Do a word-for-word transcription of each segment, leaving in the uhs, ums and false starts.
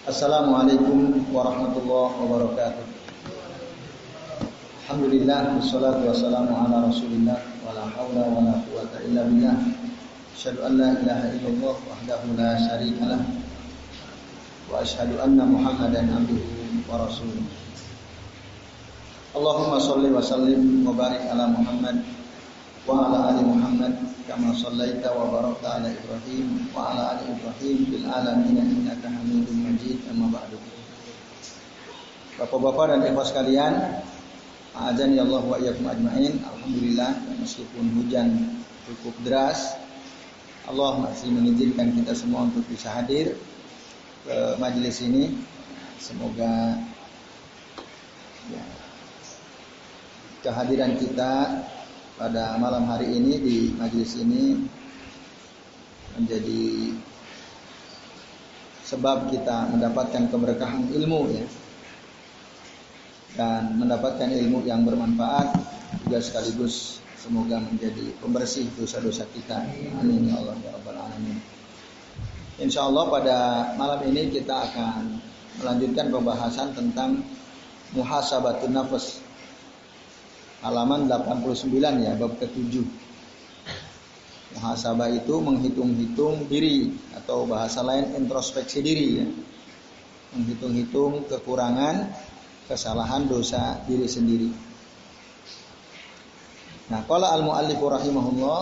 Assalamualaikum warahmatullahi wabarakatuh. Alhamdulillah wassalatu wassalamu ala Rasulillah wala haula wala quwwata illa billah. Asyhadu an la ilaha illallah wahdahu la syarika lah wa asyhadu anna Muhammadan abduhu wa rasuluh. Allahumma shalli wa sallim wa barik ala Muhammad wa ala ali Muhammad kama shallaita wa barakta ala Ibrahim wa ala ali Ibrahim fil alamin innaka Hamidum Majid. Amma ba'du. Bapak-bapak dan ibu sekalian, a'adzani Allah wa iyyakum ajmain. Alhamdulillah, meskipun hujan cukup deras, Allah masih mengizinkan kita semua untuk bisa hadir ke majelis ini. Semoga ya, kehadiran kita pada malam hari ini di majelis ini menjadi sebab kita mendapatkan keberkahan ilmu ya, dan mendapatkan ilmu yang bermanfaat, juga sekaligus semoga menjadi pembersih dosa-dosa kita. Amin ya Allah ya rabbal alamin. Insyaallah pada malam ini kita akan melanjutkan pembahasan tentang muhasabatun nafs, halaman delapan puluh sembilan ya, bab ketujuh. Muhasabah itu menghitung-hitung diri, atau bahasa lain introspeksi diri ya. Menghitung-hitung kekurangan, kesalahan, dosa diri sendiri. Nah, qala al-muallif rahimahullah,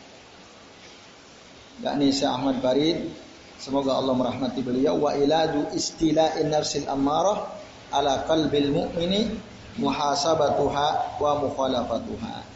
yakni Syekh Ahmad Farid, semoga Allah merahmati beliau, wa iladu istila'in nafsil ammarah ala qalbil mu'mini muhasabatuha wa mukhalafatuha.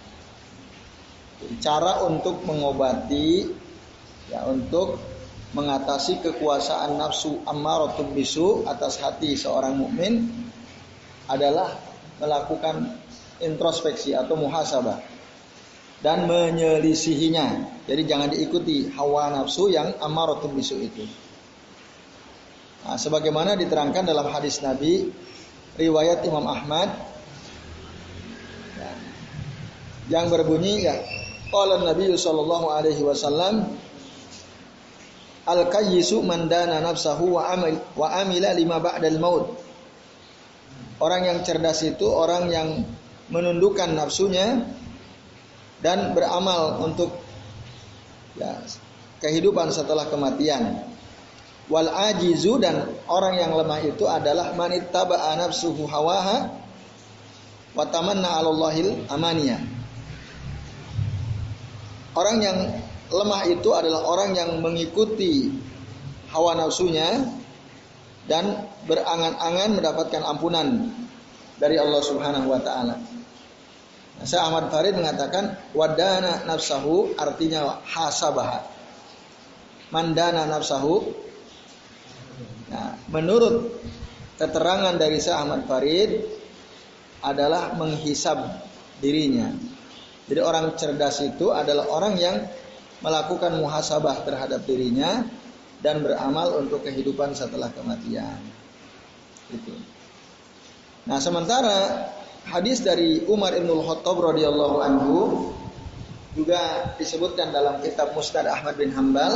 Cara untuk mengobati ya, untuk mengatasi kekuasaan nafsu ammaratun bisu atas hati seorang mukmin adalah melakukan introspeksi atau muhasabah dan menyelisihinya. Jadi jangan diikuti hawa nafsu yang ammaratun bisu itu. Nah, sebagaimana diterangkan dalam hadis Nabi riwayat Imam Ahmad ya, yang berbunyi ya, qala Nabi sallallahu alaihi wasallam, al-qayyisu man dana nafsahu wa amil wa amila lima ba'dal maut. Orang yang cerdas itu orang yang menundukkan nafsunya dan beramal untuk ya, kehidupan setelah kematian. Wal ajizu, dan orang yang lemah itu adalah man ittaba'a nafsuhu hawaha wa tamanna 'ala Allahil amaniyah. Orang yang lemah itu adalah orang yang mengikuti hawa nafsunya dan berangan-angan mendapatkan ampunan dari Allah Subhanahu wa taala. Nah, Syekh Ahmad Farid mengatakan wadana nafsahu, artinya hasabah. Mandana nafsahu. Nah, menurut keterangan dari Syekh Ahmad Farid adalah menghisab dirinya. Jadi orang cerdas itu adalah orang yang melakukan muhasabah terhadap dirinya dan beramal untuk kehidupan setelah kematian. Itu. Nah, sementara hadis dari Umar Ibnul Khattab radhiyallahu anhu juga disebutkan dalam kitab Musnad Ahmad bin Hanbal.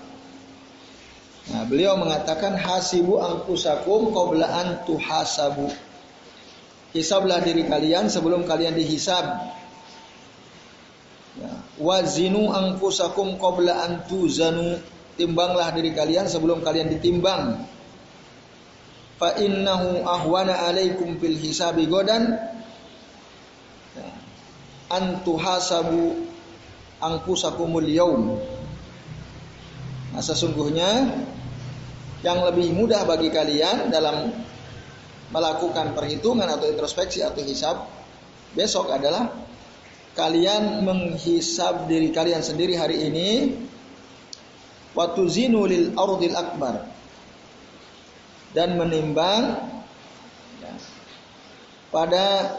Nah, beliau mengatakan hasibu anfusakum qabla an tuhasabu. Hisablah diri kalian sebelum kalian dihisab. Ya, wazinu anfusakum qabla an tuzanu. Timbanglah diri kalian sebelum kalian ditimbang. Fa innahu ahwana alaikum fil hisabi godan ya, an tuhasabu anfusakumul yaum. Nah, sesungguhnya yang lebih mudah bagi kalian dalam melakukan perhitungan atau introspeksi atau hisab besok adalah kalian menghisab diri kalian sendiri hari ini, watuzinu lil ardil akbar, dan menimbang ya, pada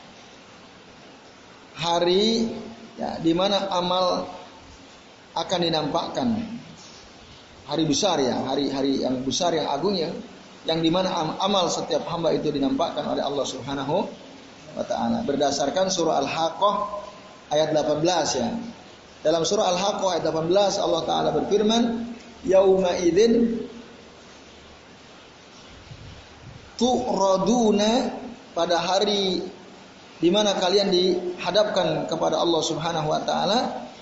hari ya, di mana amal akan dinampakkan, hari besar ya, hari-hari yang besar yang agung yang yang di mana amal setiap hamba itu dinampakkan oleh Allah Subhanahu wa taala. Berdasarkan surah Al-Haqqah ayat delapan belas ya. Dalam surah Al-Haqqah ayat delapan belas Allah taala berfirman, "Yauma idzin tu'raduna, pada hari di mana kalian dihadapkan kepada Allah Subhanahu wa taala,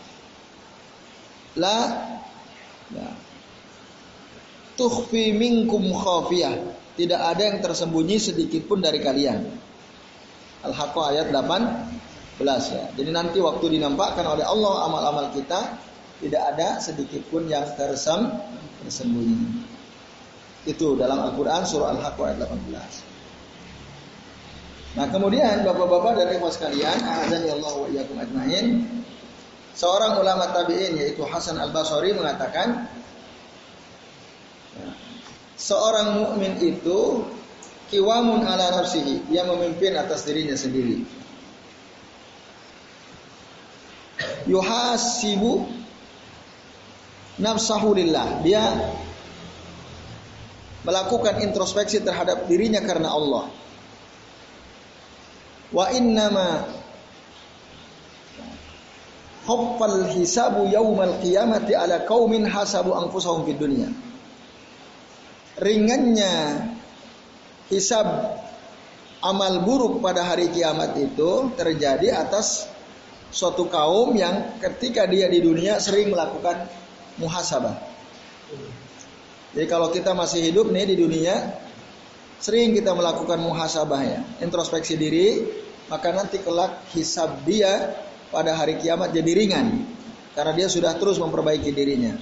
la ya, tukhfi minkum khafiyah, tidak ada yang tersembunyi sedikit pun dari kalian. Al-Haqqah ayat delapan belas ya. Jadi nanti waktu dinampakkan oleh Allah amal-amal kita, tidak ada sedikit pun yang tersem, tersembunyi. Itu dalam Al-Quran surah Al-Haqqah ayat delapan belas. Nah kemudian bapak-bapak dan ikhwah sekalian, a'adzani Allah wa iyyakum ajmain, seorang ulama tabi'in yaitu Hasan Al-Basri mengatakan, seorang mukmin itu kiwamun ala nafsihi, dia memimpin atas dirinya sendiri. Yuhasibu nafsahu lillah, dia melakukan introspeksi terhadap dirinya karena Allah. Wa innama khaffal hisabu yaumal qiyamati ala qaumin hasabu anfusahum fid dunya. Ringannya hisab amal buruk pada hari kiamat itu terjadi atas suatu kaum yang ketika dia di dunia sering melakukan muhasabah. Jadi kalau kita masih hidup nih di dunia, sering kita melakukan muhasabah ya, introspeksi diri, maka nanti kelak hisab dia pada hari kiamat jadi ringan karena dia sudah terus memperbaiki dirinya.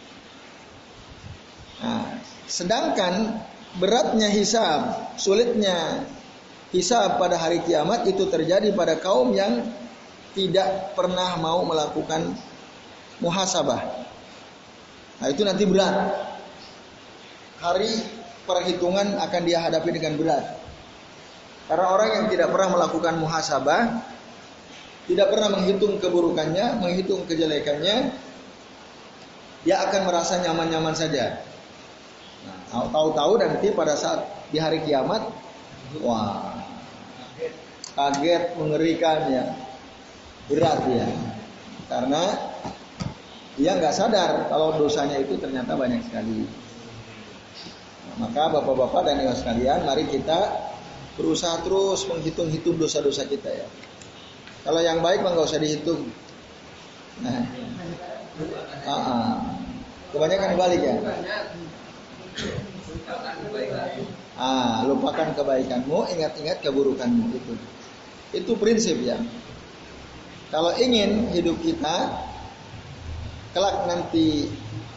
Nah, sedangkan beratnya hisab, sulitnya hisab pada hari kiamat itu terjadi pada kaum yang tidak pernah mau melakukan muhasabah. Nah, itu nanti berat. Hari perhitungan akan dia hadapi dengan berat. Karena orang yang tidak pernah melakukan muhasabah, tidak pernah menghitung keburukannya, menghitung kejelekannya, dia akan merasa nyaman-nyaman saja. Nah, tahu-tahu nanti pada saat di hari kiamat, wah, kaget, mengerikan ya, berat ya, karena dia nggak sadar kalau dosanya itu ternyata banyak sekali. Nah, maka bapak-bapak dan ibu sekalian, mari kita berusaha terus menghitung-hitung dosa-dosa kita ya. Kalau yang baik mah nggak usah dihitung. Nah, uh -uh. kebanyakan balik ya. Ah, lupakan kebaikanmu, ingat-ingat keburukanmu, itu. Itu prinsip ya. Kalau ingin hidup kita kelak nanti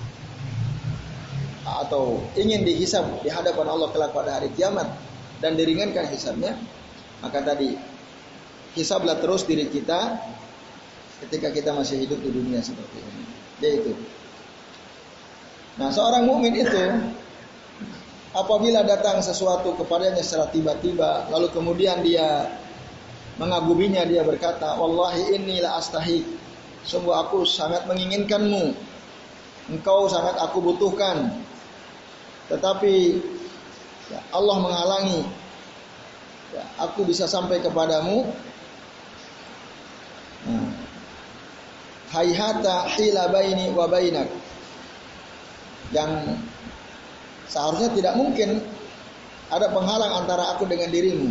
atau ingin dihisab di hadapan Allah kelak pada hari kiamat dan diringankan hisabnya, maka tadi hisablah terus diri kita ketika kita masih hidup di dunia seperti ini. Yaitu. Nah, seorang mukmin itu apabila datang sesuatu kepadanya secara tiba-tiba, lalu kemudian dia mengaguminya, dia berkata, wallahi inni la astahi, sungguh aku sangat menginginkanmu, engkau sangat aku butuhkan, tetapi ya, Allah menghalangi ya, aku bisa sampai kepadamu. Nah, hayhata hila baini wa bainak, yang seharusnya tidak mungkin ada penghalang antara aku dengan dirimu.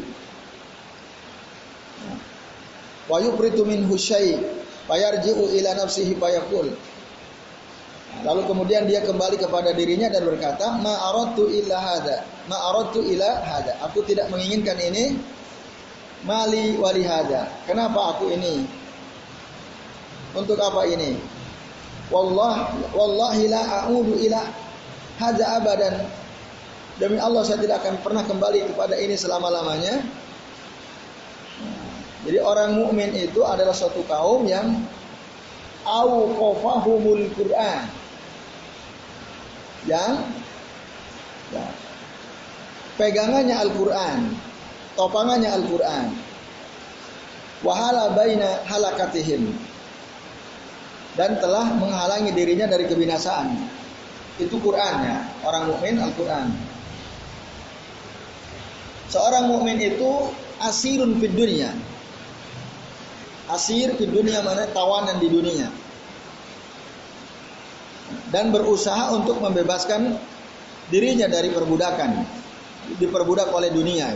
Wa yupritu minhu syai' fayarji'u ila nafsihi fayaqul. Lalu kemudian dia kembali kepada dirinya dan berkata, ma aradtu illa hada, ma aradtu ila hada. Aku tidak menginginkan ini, mali wali hada. Kenapa aku ini? Untuk apa ini? Wallah wallahi la a'udu ila hadza abadan. Demi Allah saya tidak akan pernah kembali kepada ini selama-lamanya. Jadi orang mukmin itu adalah suatu kaum yang auqafahumul Qur'an, yang ya, pegangannya Al-Qur'an, topangannya Al-Qur'an. Wahala baina halakatihim, dan telah menghalangi dirinya dari kebinasaan. Itu Qur'annya, orang mukmin Al-Qur'an. Seorang mukmin itu asirun fid dunya. Asir di dunia, mana tawanan di dunia, dan berusaha untuk membebaskan dirinya dari perbudakan. diperbudak oleh dunia.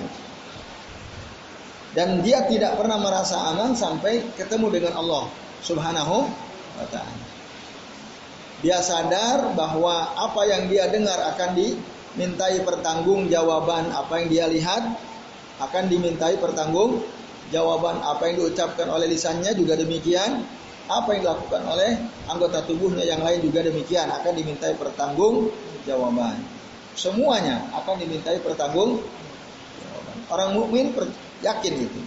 Dan dia tidak pernah merasa aman sampai ketemu dengan Allah Subhanahu wa ta'ala. Dia sadar bahwa apa yang dia dengar akan dimintai pertanggungjawaban, apa yang dia lihat akan dimintai pertanggungjawaban, apa yang diucapkan oleh lisannya juga demikian, apa yang dilakukan oleh anggota tubuhnya yang lain juga demikian, akan dimintai pertanggungjawaban. Semuanya akan dimintai pertanggungjawaban. Orang mukmin yakin itu.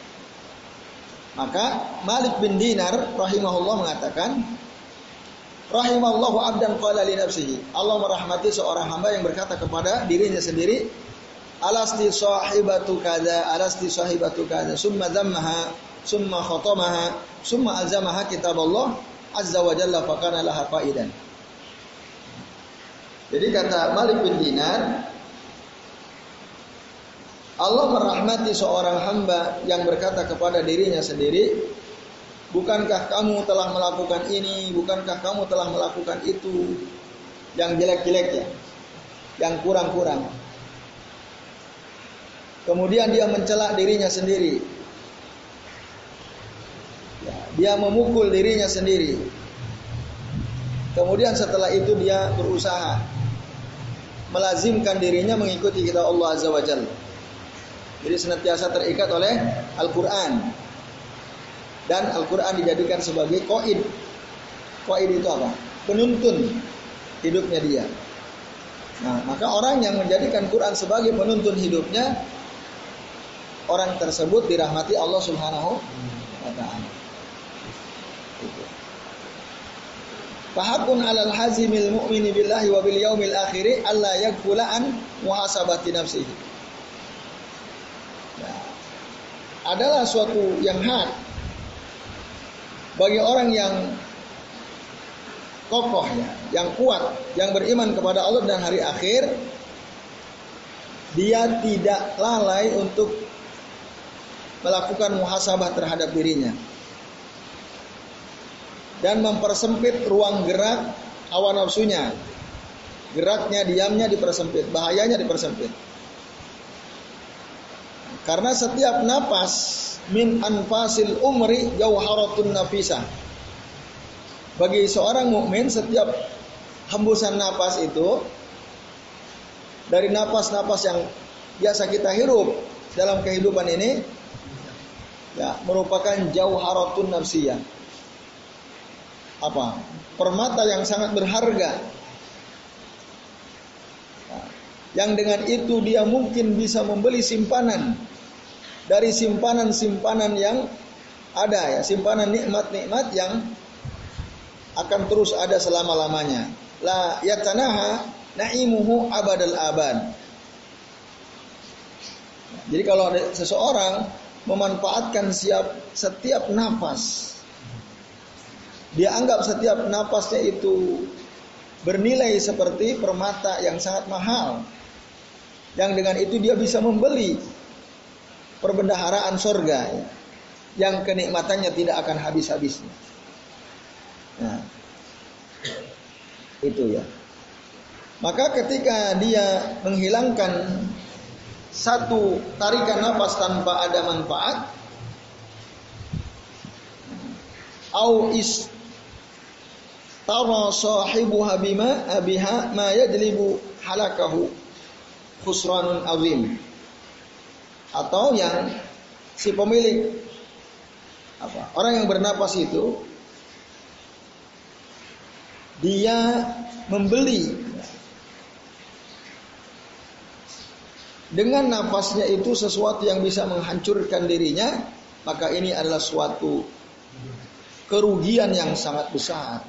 Maka Malik bin Dinar rahimahullah mengatakan, rahimallahu abdan qala li nafsihi. Allah merahmati seorang hamba yang berkata kepada dirinya sendiri, alasti sahibatu kada, alasti sahibatu kada, summa dhammaha, summa khatamaha, summa alzamaha kitaballah azza wa jalla fakana laha faidan. Jadi kata Malik bin Dinar, Allah merahmati seorang hamba yang berkata kepada dirinya sendiri, bukankah kamu telah melakukan ini, bukankah kamu telah melakukan itu, yang jelek-jeleknya, yang kurang-kurang. Kemudian dia mencela dirinya sendiri, ya, dia memukul dirinya sendiri. Kemudian setelah itu dia berusaha melazimkan dirinya mengikuti kitab Allah Azza wa Jalla. Jadi senantiasa terikat oleh Al-Quran. Dan Al-Quran dijadikan sebagai qaid. Qaid itu apa? Penuntun hidupnya dia. Nah, maka orang yang menjadikan Quran sebagai penuntun hidupnya, orang tersebut dirahmati Allah Subhanahu wa ta'ala. Fahakun alal hazimil mu'mini billahi wa bil yaumil akhiri alla yaghfula an muhasabati nafsihi. Adalah suatu yang hak bagi orang yang kokoh ya, yang kuat, yang beriman kepada Allah dan hari akhir, dia tidak lalai untuk melakukan muhasabah terhadap dirinya dan mempersempit ruang gerak hawa nafsunya. Geraknya, diamnya dipersempit, bahayanya dipersempit. Karena setiap napas min anfasil umri jauharatun nafisah. Bagi seorang mukmin setiap hembusan napas itu dari napas-napas yang biasa kita hirup dalam kehidupan ini ya merupakan jauharatun nafsiyah. Apa? Permata yang sangat berharga. Yang dengan itu dia mungkin bisa membeli simpanan dari simpanan-simpanan yang ada ya, simpanan nikmat-nikmat yang akan terus ada selama-lamanya. La yatanaha na'imuhu abadal abad. Jadi kalau ada seseorang memanfaatkan siap, setiap napas, dia anggap setiap napasnya itu bernilai seperti permata yang sangat mahal, yang dengan itu dia bisa membeli perbendaharaan sorga ya, yang kenikmatannya tidak akan habis-habisnya. Nah, itu ya. Maka ketika dia menghilangkan satu tarikan nafas tanpa ada manfaat, au is tara sahibuha bima biha ma yajlibu halakahu khusranun azim. Atau yang si pemilik apa, orang yang bernapas itu dia membeli dengan nafasnya itu sesuatu yang bisa menghancurkan dirinya, maka ini adalah suatu kerugian yang sangat besar.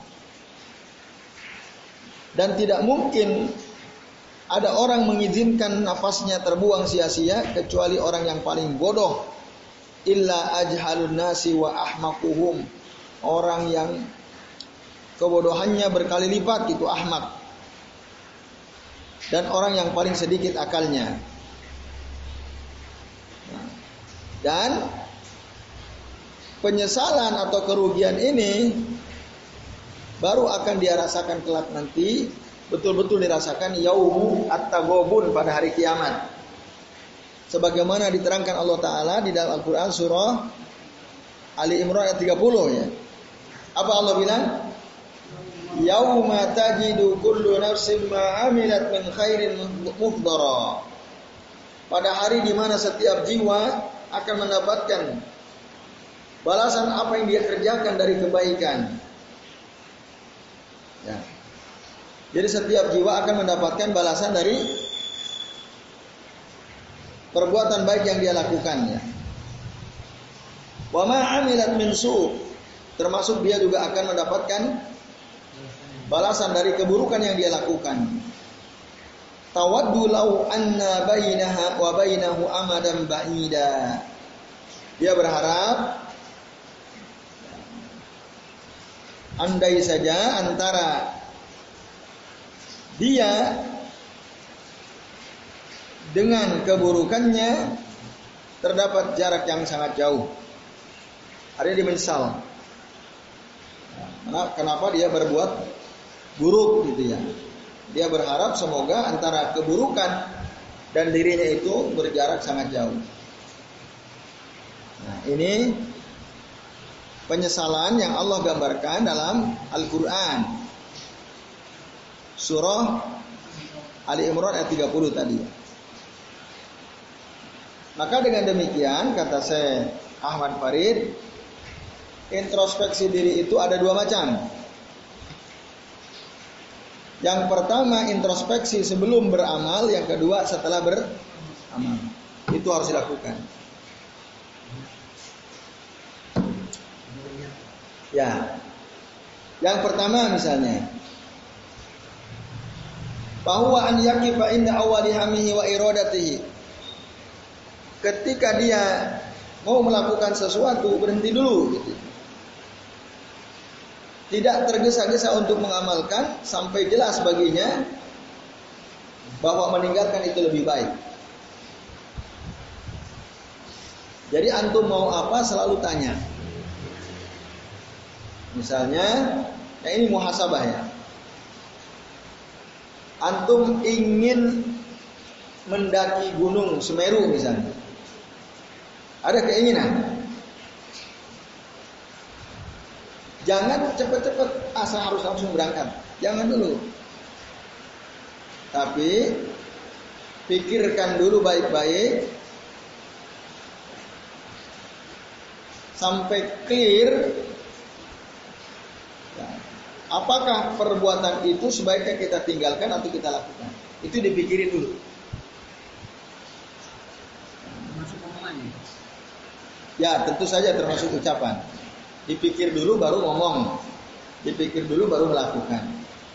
Dan tidak mungkin ada orang mengizinkan nafasnya terbuang sia-sia kecuali orang yang paling bodoh. Illa ajhalun nasi wa ahmaquhum. Orang yang kebodohannya berkali lipat itu ahmak. Dan orang yang paling sedikit akalnya. Dan penyesalan atau kerugian ini baru akan dia rasakan kelak nanti, betul-betul dirasakan yaumu at-taghabun pada hari kiamat. sebagaimana diterangkan Allah Ta'ala di dalam Al-Quran surah Ali Imran ayat tiga puluh ya. Apa Allah bilang? Yauma tajidu kullu nafsin ma 'amilat min khairin muhdara. Pada hari di mana setiap jiwa akan mendapatkan balasan apa yang dia kerjakan dari kebaikan. Ya. Jadi setiap jiwa akan mendapatkan balasan dari perbuatan baik yang dia lakukan ya. Wa ma 'amilat min su', termasuk dia juga akan mendapatkan balasan dari keburukan yang dia lakukan. Tawaddu law anna bainaha wa bainahu amadan ba'ida. Dia berharap andai saja antara dia dengan keburukannya terdapat jarak yang sangat jauh. Ada di misal. Kenapa dia berbuat buruk gitu ya? Dia berharap semoga antara keburukan dan dirinya itu berjarak sangat jauh. Nah, ini penyesalan yang Allah gambarkan dalam Al-Quran. Surah Ali Imran ayat tiga puluh tadi. Maka dengan demikian kata saya Ahmad Farid, introspeksi diri itu ada dua macam. Yang pertama introspeksi sebelum beramal, yang kedua setelah beramal. Itu harus dilakukan. Ya. Yang pertama misalnya, bahwa an yaqifa inda awwali hamihi wa iradatihi. Ketika dia mau melakukan sesuatu, berhenti dulu gitu. Tidak tergesa-gesa untuk mengamalkan sampai jelas baginya bahwa meninggalkan itu lebih baik. Jadi antum mau apa selalu tanya. Misalnya, ya ini muhasabah ya. Antum ingin mendaki gunung Semeru misalnya. Ada keinginan. Jangan cepat-cepat asal harus langsung berangkat. Jangan dulu. Tapi pikirkan dulu baik-baik sampai clear. Ya. Apakah perbuatan itu sebaiknya kita tinggalkan atau kita lakukan? Itu dipikirin dulu. Termasuk omongannya. Ya, tentu saja termasuk ucapan. Dipikir dulu baru ngomong. Dipikir dulu baru melakukan.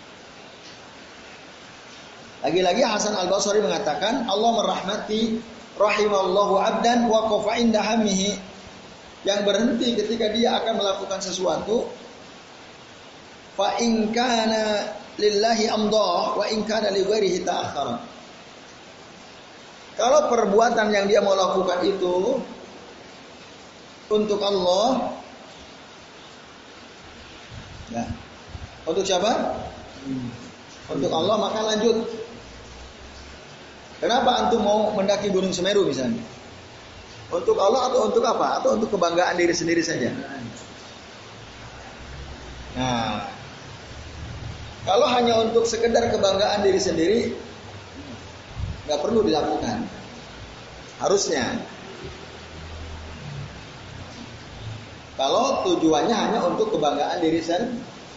Lagi-lagi Hasan Al-Basri mengatakan, Allah merahmati rahimallahu abdan waqafa inda hamihi, yang berhenti ketika dia akan melakukan sesuatu. Fa in kana lillahi amdah wa in kana li ghairihi ta'akhkhara. Kalau perbuatan yang dia mau lakukan itu untuk Allah, ya. Untuk siapa? Hmm. Untuk Allah, maka lanjut. Kenapa antum mau mendaki Gunung Semeru misalnya? Untuk Allah atau untuk apa? Atau untuk kebanggaan diri sendiri saja? Nah, kalau hanya untuk sekedar kebanggaan diri sendiri, nggak perlu dilakukan. Harusnya. Kalau tujuannya hanya untuk kebanggaan diri sendiri.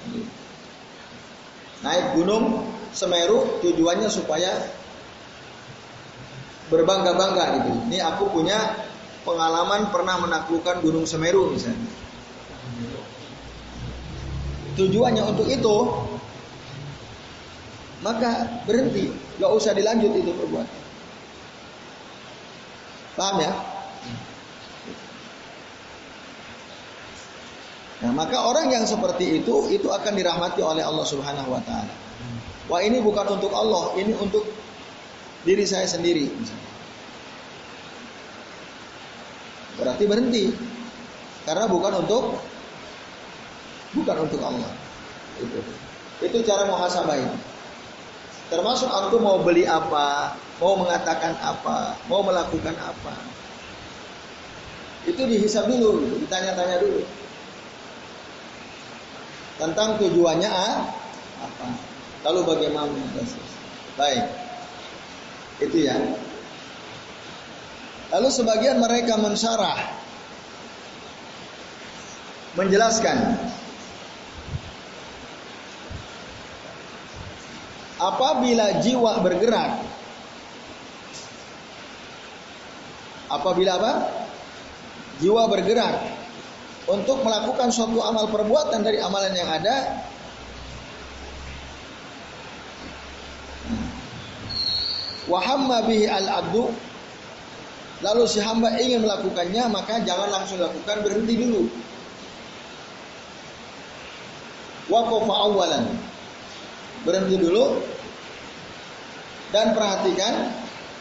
Naik gunung Semeru tujuannya supaya berbangga-bangga gitu. Ini aku punya pengalaman pernah menaklukkan Gunung Semeru misalnya. Tujuannya untuk itu, maka berhenti, gak usah dilanjut itu perbuatan. Paham ya? Nah, maka orang yang seperti itu itu akan dirahmati oleh Allah Subhanahu wa taala. Wah, ini bukan untuk Allah, ini untuk diri saya sendiri. Berarti berhenti. Karena bukan untuk bukan untuk Allah. Itu. Itu cara muhasabah ini. Termasuk antum mau beli apa, mau mengatakan apa, mau melakukan apa. Itu dihisab dulu, ditanya-tanya dulu. Tentang tujuannya apa. Lalu bagaimana? Baik. Itu ya. Lalu sebagian mereka mensyarah, menjelaskan apabila jiwa bergerak, apabila apa? Jiwa bergerak untuk melakukan suatu amal perbuatan dari amalan yang ada, wahamma bihi al-abdu, lalu si hamba ingin melakukannya, maka jangan langsung lakukan, berhenti dulu. Waqafa awalan, berhenti dulu dan perhatikan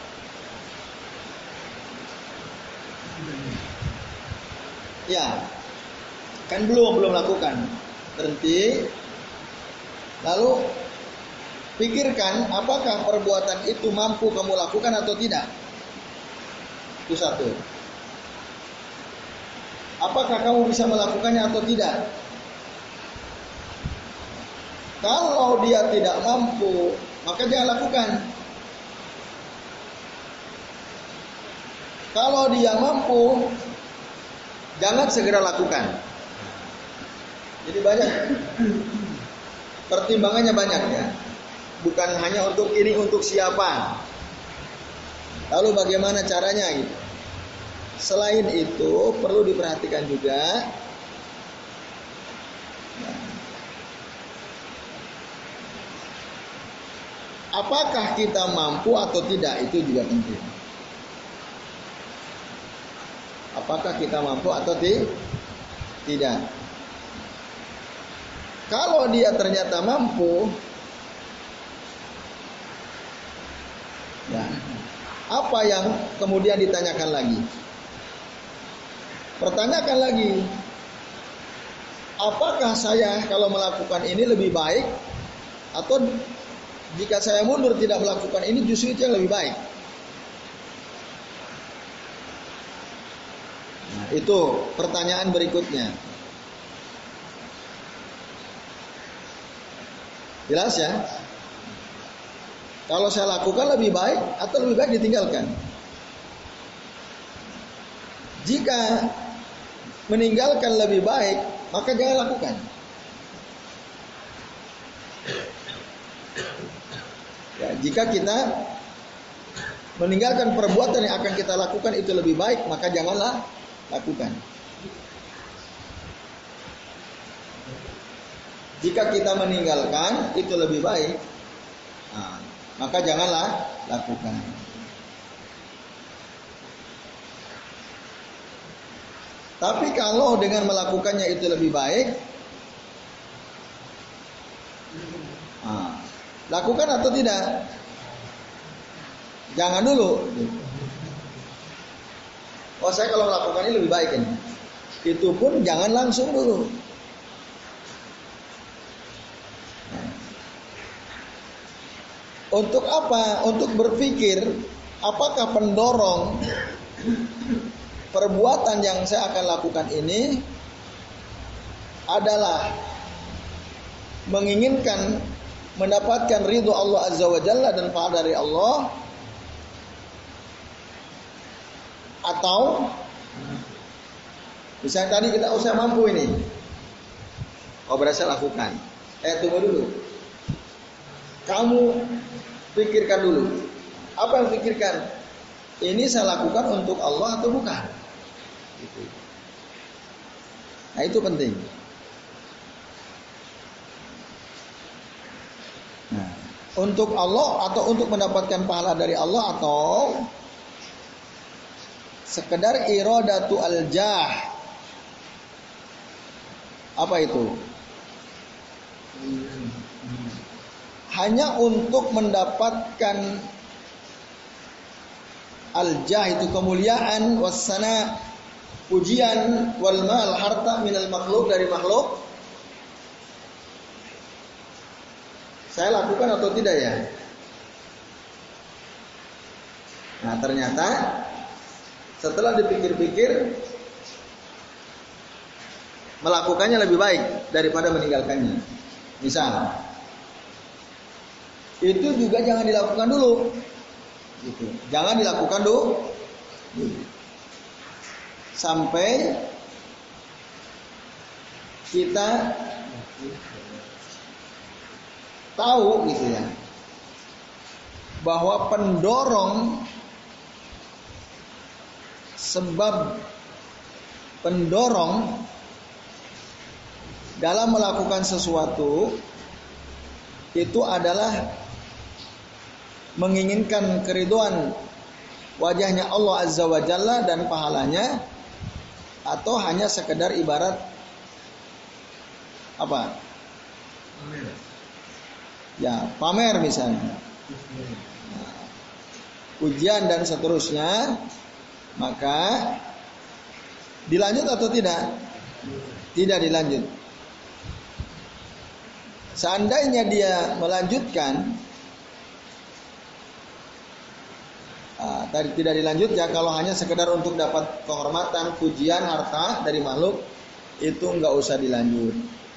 ya, kan belum belum lakukan, berhenti, lalu pikirkan apakah perbuatan itu mampu kamu lakukan atau tidak. Itu satu. Apakah kamu bisa melakukannya atau tidak? Kalau dia tidak mampu, maka jangan lakukan. Kalau dia mampu, jangan segera lakukan. Jadi banyak pertimbangannya, banyak ya. Bukan hanya untuk ini, untuk siapa. Lalu bagaimana caranya gitu. Selain itu perlu diperhatikan juga apakah kita mampu atau tidak, itu juga penting. Apakah kita mampu atau ti- tidak. Kalau dia ternyata mampu, ya, apa yang kemudian ditanyakan lagi? Pertanyakan lagi, apakah saya kalau melakukan ini lebih baik, atau jika saya mundur tidak melakukan ini justru itu yang lebih baik? Nah, itu pertanyaan berikutnya. Jelas ya? Kalau saya lakukan lebih baik atau lebih baik ditinggalkan? Jika meninggalkan lebih baik, maka jangan lakukan. Ya, jika kita meninggalkan perbuatan yang akan kita lakukan itu lebih baik, maka janganlah lakukan. Jika kita meninggalkan itu lebih baik, nah, maka janganlah lakukan. Tapi kalau dengan melakukannya itu lebih baik, nah, lakukan atau tidak? Jangan dulu. Oh, saya kalau melakukan ini lebih baik ini. Itu pun jangan langsung dulu. Untuk apa? Untuk berpikir apakah pendorong perbuatan yang saya akan lakukan ini adalah menginginkan mendapatkan ridho Allah Azza wa Jalla dan pahala dari Allah, atau misalnya tadi kita usah mampu ini, oh berhasil lakukan. Eh tunggu dulu, kamu pikirkan dulu. Apa yang pikirkan? Ini saya lakukan untuk Allah atau bukan? Gitu. Nah itu penting. Nah, untuk Allah atau untuk mendapatkan pahala dari Allah, atau sekedar iradatu al-jah. Apa itu? Hanya untuk mendapatkan al-jah, itu kemuliaan, wassana, pujian, wal mal, harta minal makhluk, dari makhluk. Saya lakukan atau tidak ya? Nah ternyata setelah dipikir-pikir melakukannya lebih baik daripada meninggalkannya. Misal, itu juga jangan dilakukan dulu. Gitu. Jangan dilakukan dulu. Sampai kita tahu gitu ya, bahwa pendorong sebab pendorong dalam melakukan sesuatu itu adalah menginginkan keridhaan wajahnya Allah Azza wa Jalla dan pahalanya, atau hanya sekedar ibarat apa? Pamer. Ya, pamer misalnya. Nah, ujian dan seterusnya, maka dilanjut atau tidak? Tidak dilanjut. Seandainya dia melanjutkan, uh, tadi tidak dilanjut ya, kalau hanya sekedar untuk dapat kehormatan, pujian, harta dari makhluk, itu nggak usah dilanjut.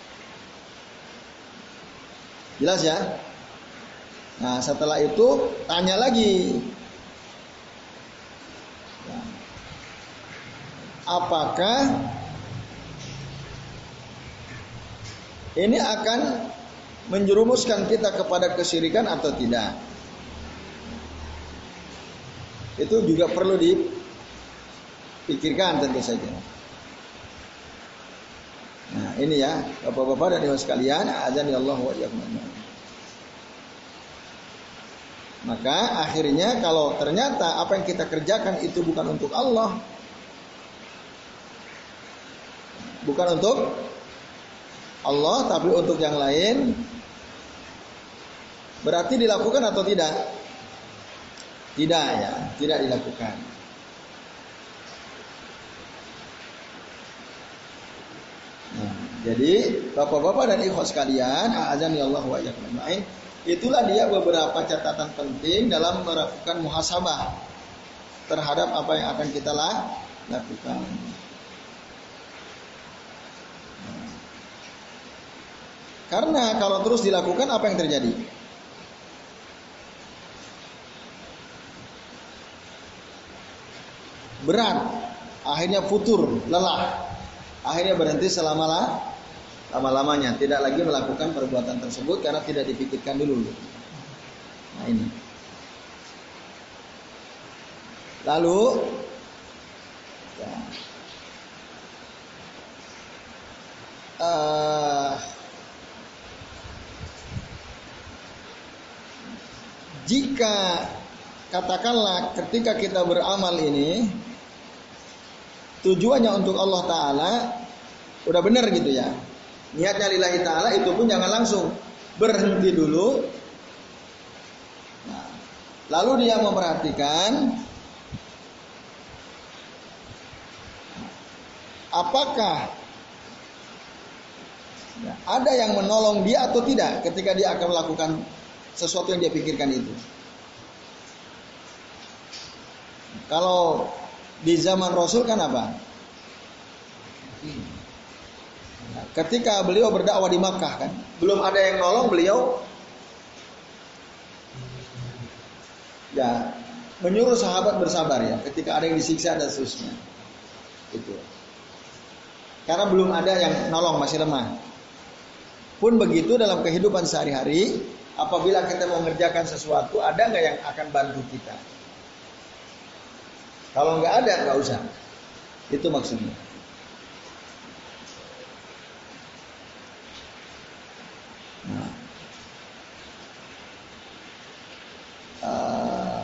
Jelas ya? Nah setelah itu tanya lagi, apakah ini akan menjerumuskan kita kepada kesyirikan atau tidak? Itu juga perlu dipikirkan tentu saja. Nah ini ya bapak-bapak dan ibu sekalian, azan ya Allah wa iyyakum. Maka akhirnya kalau ternyata apa yang kita kerjakan itu bukan untuk Allah, bukan untuk Allah tapi untuk yang lain, berarti dilakukan atau tidak? Tidak ya, tidak dilakukan. Nah, jadi bapak-bapak dan ikhwas sekalian, azan ya Allah wa iyyakum. Itulah dia beberapa catatan penting dalam melakukan muhasabah terhadap apa yang akan kita lakukan. Karena kalau terus dilakukan, apa yang terjadi? Berat, akhirnya futur, lelah, akhirnya berhenti selama lama-lamanya, tidak lagi melakukan perbuatan tersebut karena tidak dipikirkan dulu. Nah ini. Lalu, ya, uh, jika katakanlah ketika kita beramal ini tujuannya untuk Allah Ta'ala, udah benar gitu ya, niatnya lillahi ta'ala, itu pun jangan langsung berhenti dulu. Nah, lalu dia memperhatikan apakah ya, ada yang menolong dia atau tidak ketika dia akan melakukan sesuatu yang dia pikirkan itu. Kalau di zaman Rasul kan apa? Ketika beliau berdakwah di Makkah kan, belum ada yang nolong beliau, ya menyuruh sahabat bersabar ya, ketika ada yang disiksa dan seterusnya. Itu. Karena belum ada yang nolong, masih lemah. Pun begitu dalam kehidupan sehari-hari, apabila kita mau mengerjakan sesuatu, ada nggak yang akan bantu kita? Kalau nggak ada, nggak usah. Itu maksudnya. Nah. Uh,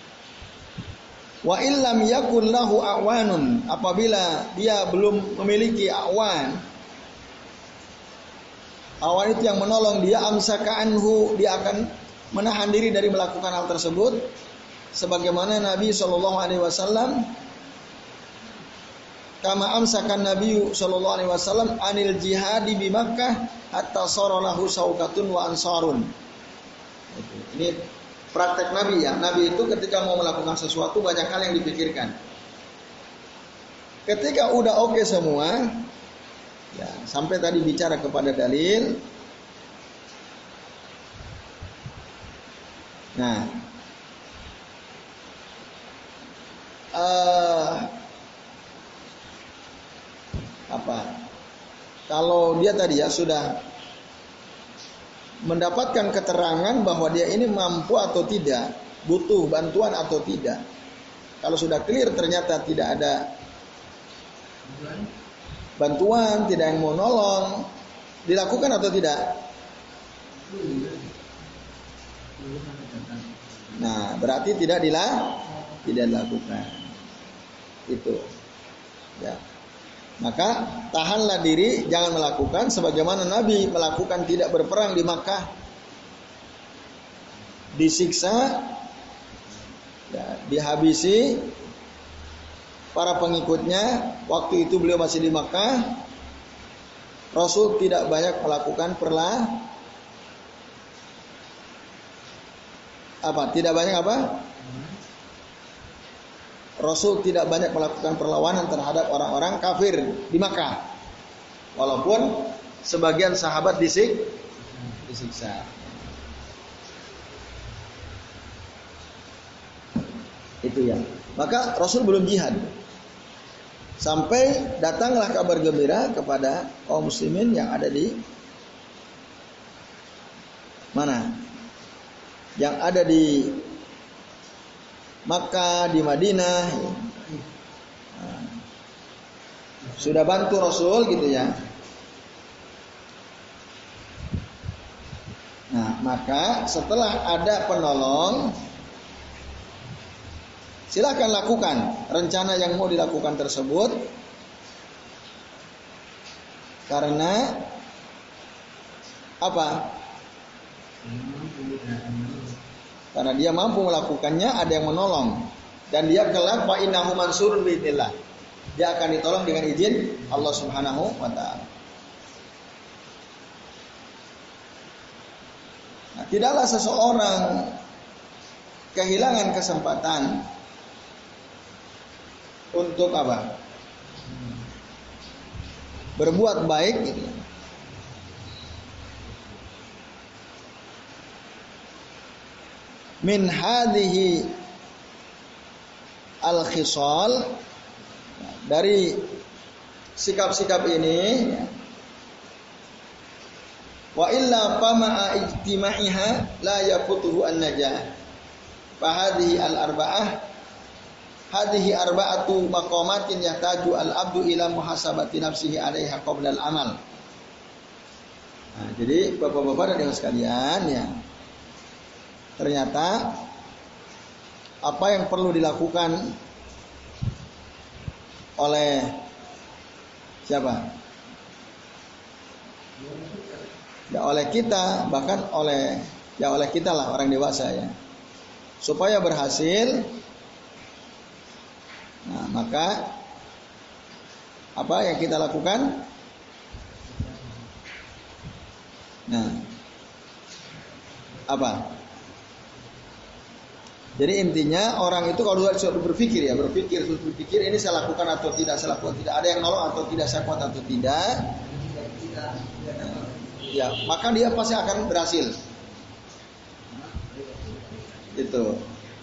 wa illam yakun lahu awanun, apabila dia belum memiliki awan, awan itu yang menolong dia, amsaka anhu, dia akan menahan diri dari melakukan hal tersebut, sebagaimana Nabi Shallallahu Alaihi Wasallam, kama amsakan Nabi Shallallahu Alaihi Wasallam anil jihadi di Makkah hatta saralahu saukatun wa ansarun. Ini praktek Nabi ya. Nabi itu ketika mau melakukan sesuatu banyak hal yang dipikirkan. Ketika udah oke okay semua, ya sampai tadi bicara kepada dalil. Nah, uh, apa? Kalau dia tadi ya sudah mendapatkan keterangan bahwa dia ini mampu atau tidak, butuh bantuan atau tidak. Kalau sudah clear ternyata tidak ada bantuan, tidak yang mau nolong, dilakukan atau tidak? Nah, berarti tidak dilah, tidak dilakukan. Itu. Ya. Maka tahanlah diri, jangan melakukan sebagaimana Nabi melakukan tidak berperang di Makkah, disiksa, ya, dihabisi para pengikutnya. Waktu itu beliau masih di Makkah. Rasul tidak banyak melakukan perlah apa? Tidak banyak apa? Rasul tidak banyak melakukan perlawanan terhadap orang-orang kafir di Makkah. Walaupun sebagian sahabat disik, disiksa. Itu ya. Maka Rasul belum jihad. Sampai datanglah kabar gembira kepada kaum muslimin yang ada di mana? Yang ada di Makkah, di Madinah. Nah, sudah bantu Rasul gitu ya. Nah, maka setelah ada penolong, silakan lakukan rencana yang mau dilakukan tersebut. Karena apa? Karena dia mampu melakukannya, ada yang menolong, dan dia kelak wa innahu mansurun biidznillah. Dia akan ditolong dengan izin Allah Subhanahu wa taala. Nah, tidaklah seseorang kehilangan kesempatan untuk apa? Berbuat baik gitu. Min hadhihi al-khisal, dari sikap-sikap ini, wa illa fama'a ijtima'iha la yafutuhu an-najah. Fa hadhihi al-arba'ah hadhihi arba'atu maqamatin yahtaju al-abdu ila muhasabati nafsihi 'alaiha qabla al-amal. Nah, jadi Bapak-bapak dan Ibu sekalian ya, ternyata apa yang perlu dilakukan oleh siapa? Ya oleh kita, bahkan oleh ya oleh kita lah, orang dewasa ya. Supaya berhasil, nah maka apa yang kita lakukan? Nah, apa? Jadi intinya orang itu kalau sudah berpikir ya, berpikir, berpikir ini saya lakukan atau tidak, saya lakukan tidak, ada yang nolong atau tidak, saya kuat atau tidak, ya maka dia pasti akan berhasil. Itu.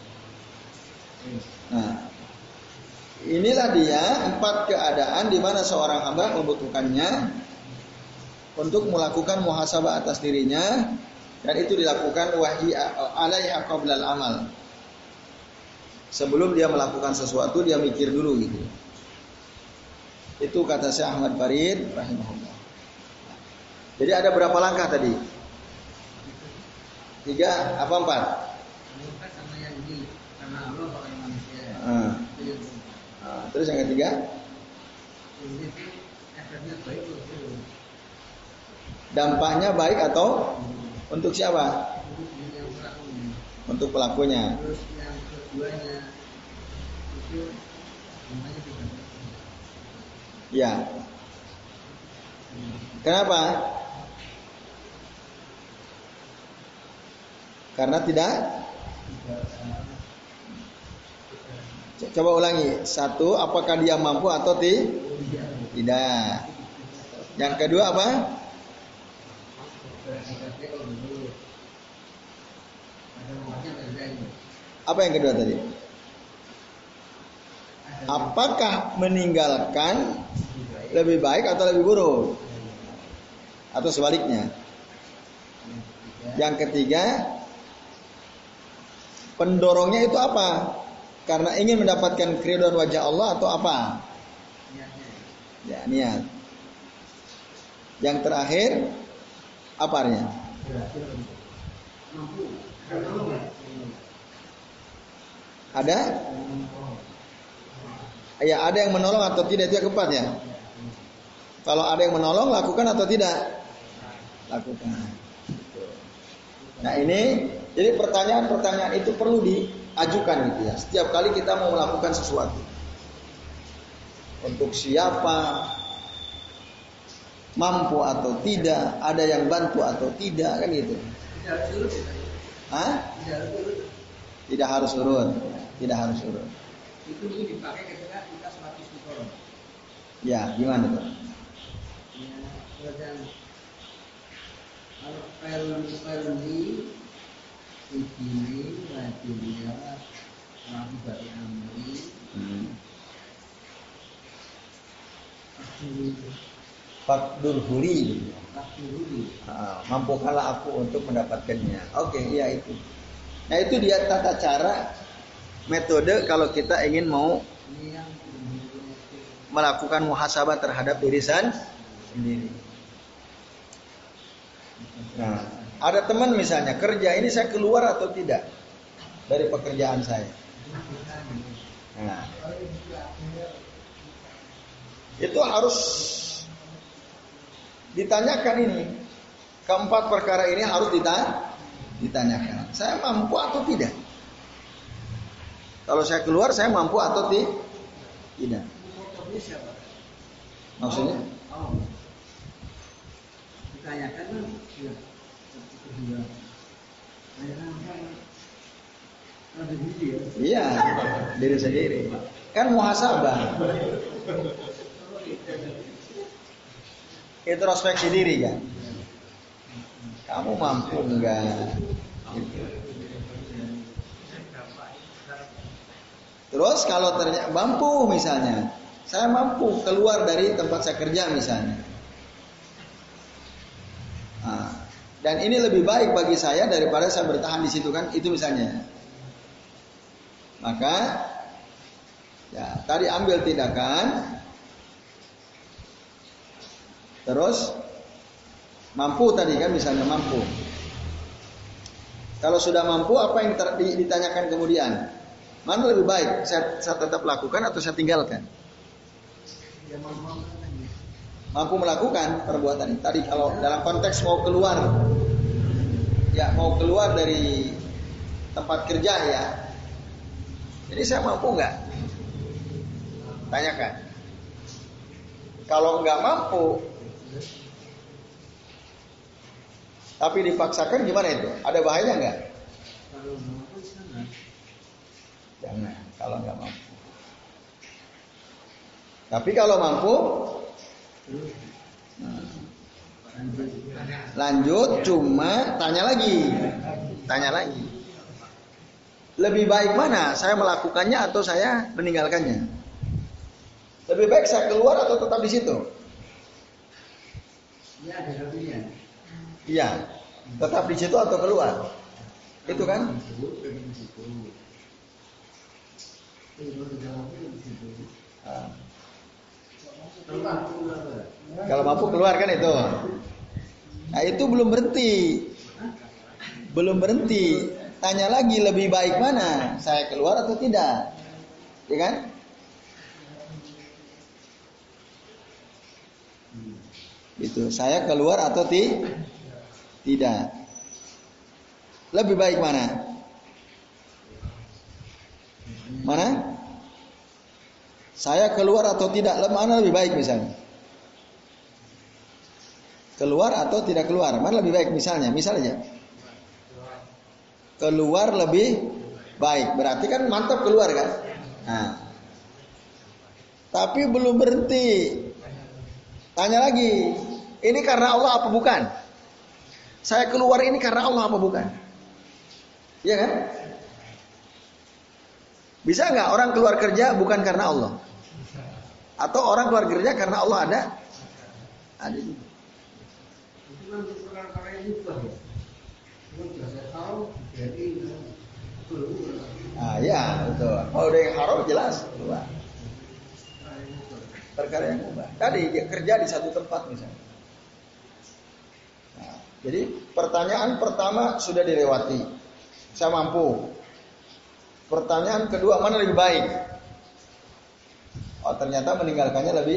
Nah, inilah dia empat keadaan di mana seorang hamba membutuhkannya untuk melakukan muhasabah atas dirinya, dan itu dilakukan wahyi alaiha qabla al-amal. Sebelum dia melakukan sesuatu, dia mikir dulu gitu. Itu kata Syekh Ahmad Farid rahimahullah. Jadi ada berapa langkah tadi? Tiga apa empat? Ah. Ah, terus yang ketiga? Dampaknya baik atau untuk siapa? Untuk pelakunya. Ya. Kenapa? Karena tidak Coba ulangi. Satu, apakah dia mampu atau ti? Tidak. Yang kedua apa? Apa yang kedua tadi? Apakah meninggalkan lebih baik atau lebih buruk? Atau sebaliknya? Yang ketiga, pendorongnya itu apa? Karena ingin mendapatkan keridhaan wajah Allah atau apa? Ya, niat. Yang terakhir, apanya? Ada? Ya, ada yang menolong atau tidak, itu yang keempat ya. Kalau ada yang menolong, lakukan atau tidak? Lakukan. Nah ini, jadi pertanyaan-pertanyaan itu perlu diajukan gitu ya. Setiap kali kita mau melakukan sesuatu. Untuk siapa? Mampu atau tidak? Ada yang bantu atau tidak? Kan gitu. Hah? Tidak harus urut. Tidak harus urut. Itu dipakai ketika kita sholat istiqoroh. Ya, gimana tuh? Ya, kalau pelni ini wajibnya mampu bagi amri. Fakdur huli. Fakdur huli. Mampukanlah aku untuk mendapatkannya. Oke, okay, iya itu. Nah itu dia tata cara, metode kalau kita ingin mau melakukan muhasabah terhadap diri sendiri. Nah, ada teman misalnya kerja ini saya keluar atau tidak dari pekerjaan saya. Nah, itu harus ditanyakan ini. Keempat perkara ini harus ditanyakan. Saya mampu atau tidak? Kalau saya keluar saya mampu atau tidak? Maksudnya? Ditanyakan iya, diri sendiri. Kan muhasabah. Introspeksi diri kan. Kamu mampu enggak? Gitu. Terus kalau ternyata mampu misalnya, saya mampu keluar dari tempat saya kerja misalnya. Nah, dan ini lebih baik bagi saya daripada saya bertahan di situ kan, itu misalnya. Maka ya tadi ambil tindakan, terus mampu tadi kan misalnya mampu. Kalau sudah mampu apa yang ditanyakan kemudian? Mana lebih baik saya, saya tetap lakukan atau saya tinggalkan? Mampu melakukan perbuatan ini. Tadi kalau dalam konteks mau keluar, ya mau keluar dari tempat kerja ya. Jadi saya mampu nggak? Tanyakan. Kalau nggak mampu, tapi dipaksakan gimana itu? Ada bahaya nggak? Jangan. Kalau nggak mampu. Tapi kalau mampu, nah, lanjut. Cuma tanya lagi, tanya lagi. Lebih baik mana? Saya melakukannya atau saya meninggalkannya? Lebih baik saya keluar atau tetap di situ? Iya, ada pilihan. Iya, tetap di situ atau keluar? Itu kan? Nah. Kalau mampu keluar kan itu. Nah itu belum berhenti, belum berhenti. Tanya lagi lebih baik mana? Saya keluar atau tidak? Ya kan? Itu saya keluar atau ti? Tidak. Lebih baik mana? Mana? Saya keluar atau tidak? Mana lebih baik misalnya? Keluar atau tidak keluar? Mana lebih baik misalnya? Misalnya keluar lebih baik, berarti kan mantap keluar kan? Nah, tapi belum berhenti. Tanya lagi, ini karena Allah apa bukan? Saya keluar ini karena Allah apa bukan? Iya kan? Bisa nggak orang keluar kerja bukan karena Allah? Atau orang keluar kerja karena Allah ada? Ada juga. Itu kan perkara yang mubah ya. Kalau sudah saya tahu, jadi keluar. Ah ya, betul. Kalau udah yang haram jelas keluar. Perkara yang mubah. Tadi dia kerja di satu tempat misalnya. Nah, jadi pertanyaan pertama sudah dilewati. Saya mampu. Pertanyaan kedua, mana lebih baik? Oh, ternyata meninggalkannya lebih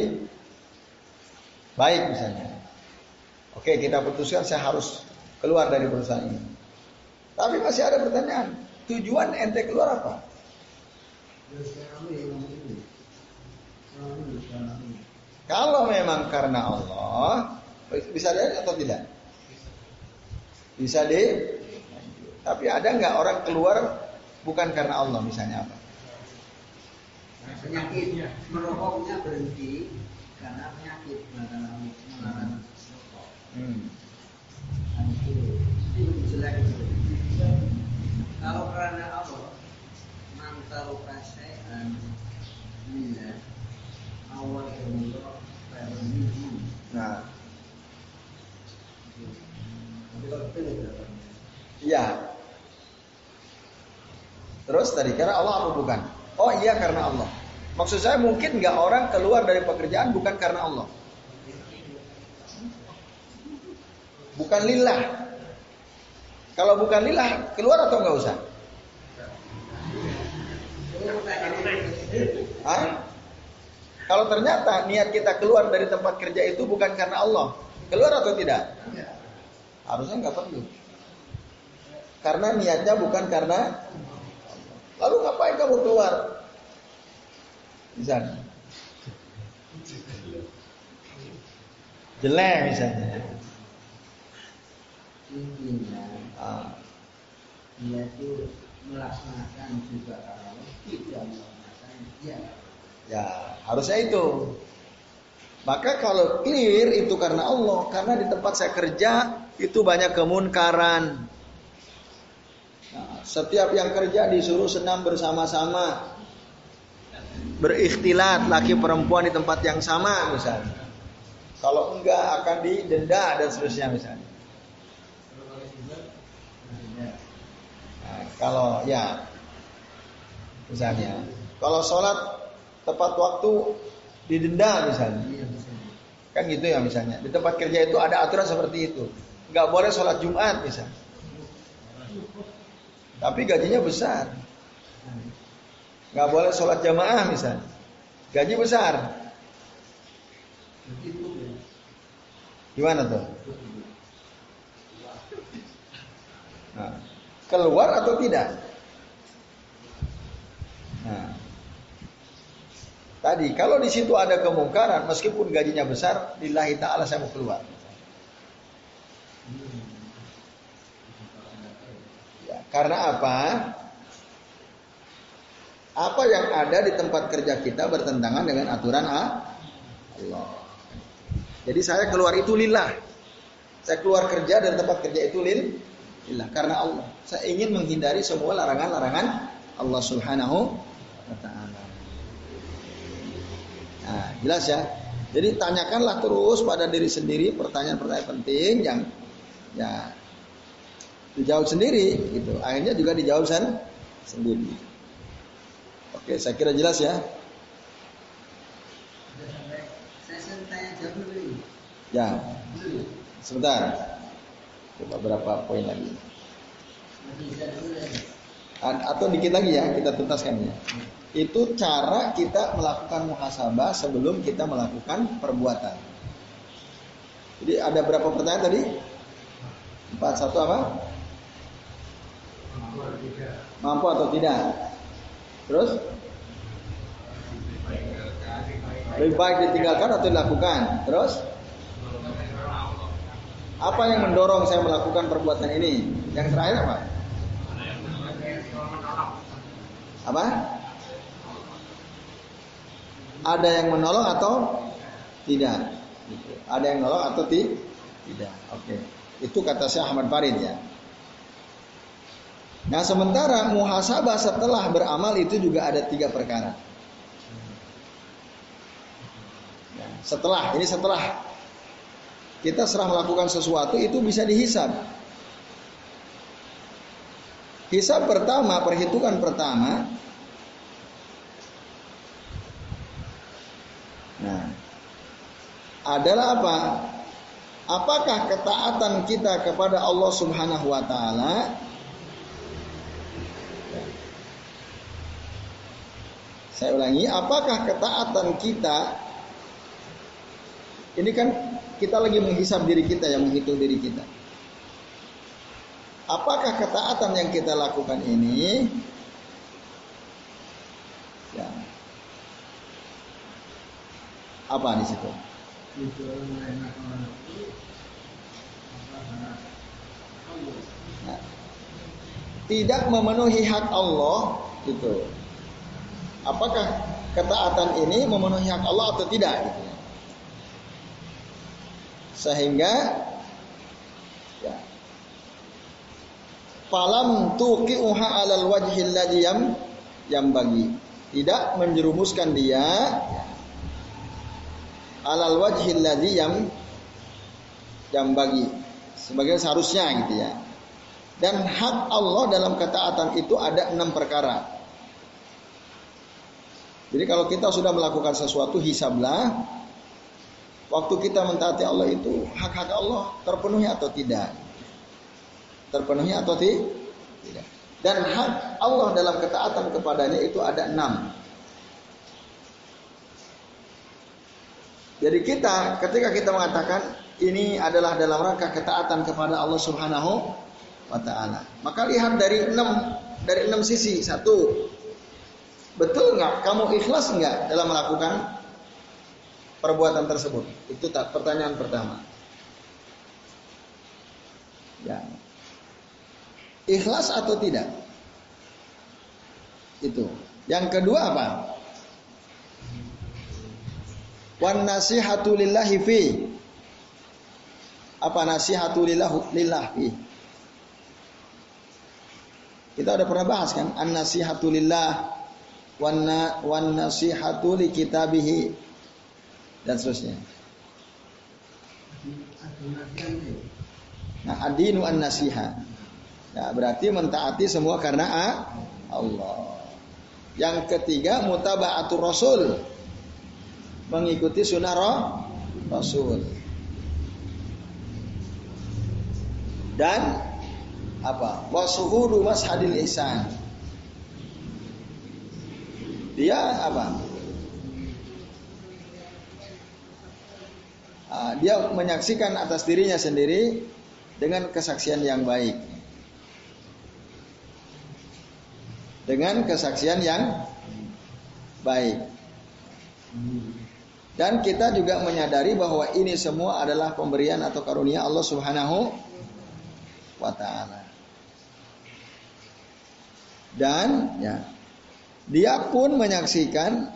baik misalnya. Oke, kita putuskan saya harus keluar dari perusahaan ini. Tapi masih ada pertanyaan. Tujuan ente keluar apa? Kalau memang karena Allah, bisa dilihat atau tidak? Bisa deh. Tapi ada nggak orang keluar bukan karena Allah, misalnya apa? Penyakit merokoknya berhenti karena penyakit karena melarang merokok. Hmm. Itu itu jelek. Kalau karena Allah, mantal kasaian bila awal umur berminggu. Nah, Tapi kalau itu tidak. iya. Terus tadi karena Allah apa bukan? Oh iya karena Allah. Maksud saya mungkin nggak orang keluar dari pekerjaan bukan karena Allah. Bukan lillah. Kalau bukan lillah keluar atau nggak usah? Hah? Kalau ternyata niat kita keluar dari tempat kerja itu bukan karena Allah, keluar atau tidak? Harusnya nggak perlu. Karena niatnya bukan karena. Lalu ngapain kamu keluar? Misalnya. Jelek misalnya. Intinya Ah. dia itu melaksanakan juga kalau tidak melaksanakan ya. Ya, harusnya itu. Maka kalau clear itu karena Allah, karena di tempat saya kerja itu banyak kemunkaran. Nah, setiap yang kerja disuruh senam bersama-sama, berikhtilat laki perempuan di tempat yang sama misalnya. Kalau enggak akan didenda dan seterusnya misalnya. Nah, kalau ya misalnya, kalau sholat tepat waktu didenda misalnya, kan gitu ya misalnya. Di tempat kerja itu ada aturan seperti itu, nggak boleh sholat Jumat misalnya. Tapi gajinya besar. Nggak boleh sholat jamaah misalnya. Gaji besar. Gimana tuh? Nah, keluar atau tidak? Nah, tadi kalau di situ ada kemungkaran, meskipun gajinya besar, lillahi ta'ala saya mau keluar. Ya, karena apa? Apa yang ada di tempat kerja kita bertentangan dengan aturan Allah. Jadi saya keluar itu lillah. Saya keluar kerja dan tempat kerja itu lillah karena Allah. Saya ingin menghindari semua larangan-larangan Allah Subhanahu wa taala. Nah, jelas ya. Jadi tanyakanlah terus pada diri sendiri pertanyaan-pertanyaan penting yang ya dijawab sendiri gitu. Akhirnya juga dijawab sendiri. Oke, saya kira jelas ya. Saya tanya jawab dulu. Ya. Sebentar. Coba berapa poin lagi? Atau dikit lagi ya, kita tuntaskan ya. Itu cara kita melakukan muhasabah sebelum kita melakukan perbuatan. Jadi ada berapa pertanyaan tadi? Empat. Satu apa? Mampu atau tidak? Terus? Lebih baik ditinggalkan atau dilakukan? Terus? Apa yang mendorong saya melakukan perbuatan ini? Yang terakhir apa? Apa? Ada yang menolong atau tidak? Gitu. Ada yang menolong atau ti? tidak? Oke. Itu kata Syekh Ahmad Farid ya. Nah sementara muhasabah setelah beramal itu juga ada tiga perkara. Nah, setelah, ini setelah kita serah melakukan sesuatu itu bisa dihisab. Hisab pertama, perhitungan pertama. Nah, adalah apa? Apakah ketaatan kita kepada Allah Subhanahu wa taala Saya ulangi, apakah ketaatan kita, ini kan kita lagi menghisab diri kita, yang menghitung diri kita. Apakah ketaatan yang kita lakukan ini, ya, apa di situ? Nah, tidak memenuhi hak Allah, gitu. Apakah ketaatan ini memenuhi hak Allah atau tidak? Gitu. Sehingga ya, falam tuqi'uha 'alal wajhil ladzi yam yang bagi, tidak menjerumuskan dia ya, 'alal wajhil ladzi yam yang bagi sebagai seharusnya gitu ya. Dan hak Allah dalam ketaatan itu ada enam perkara. Jadi kalau kita sudah melakukan sesuatu, hisablah. Waktu kita mentaati Allah itu, hak-hak Allah terpenuhi atau tidak? Terpenuhi atau tidak? Dan hak Allah dalam ketaatan kepadanya itu ada enam. Jadi kita, ketika kita mengatakan ini adalah dalam rangka ketaatan kepada Allah Subhanahu wa ta'ala, maka lihat dari enam dari enam sisi. Satu, betul nggak kamu ikhlas nggak dalam melakukan perbuatan tersebut? Itu tak pertanyaan pertama. Ya, ikhlas atau tidak? Itu. Yang kedua apa? Wan nasihatu lillahi fi. Apa nasihatu lillah fi? Kita udah pernah bahas kan? An nasihatu lillah wan wan nasihatu li kitabihi dan seterusnya. Nah, adinu an nasiha. Ya, berarti mentaati semua karena Allah. Yang ketiga, mutaba'atur rasul. Mengikuti sunnah Rasul. Dan apa? Wasuhudu mashadil ihsan. Dia apa? Uh, dia menyaksikan atas dirinya sendiri dengan kesaksian yang baik. Dengan kesaksian yang baik. Dan kita juga menyadari bahwa ini semua adalah pemberian atau karunia Allah Subhanahu wa ta'ala. Dan ya, dia pun menyaksikan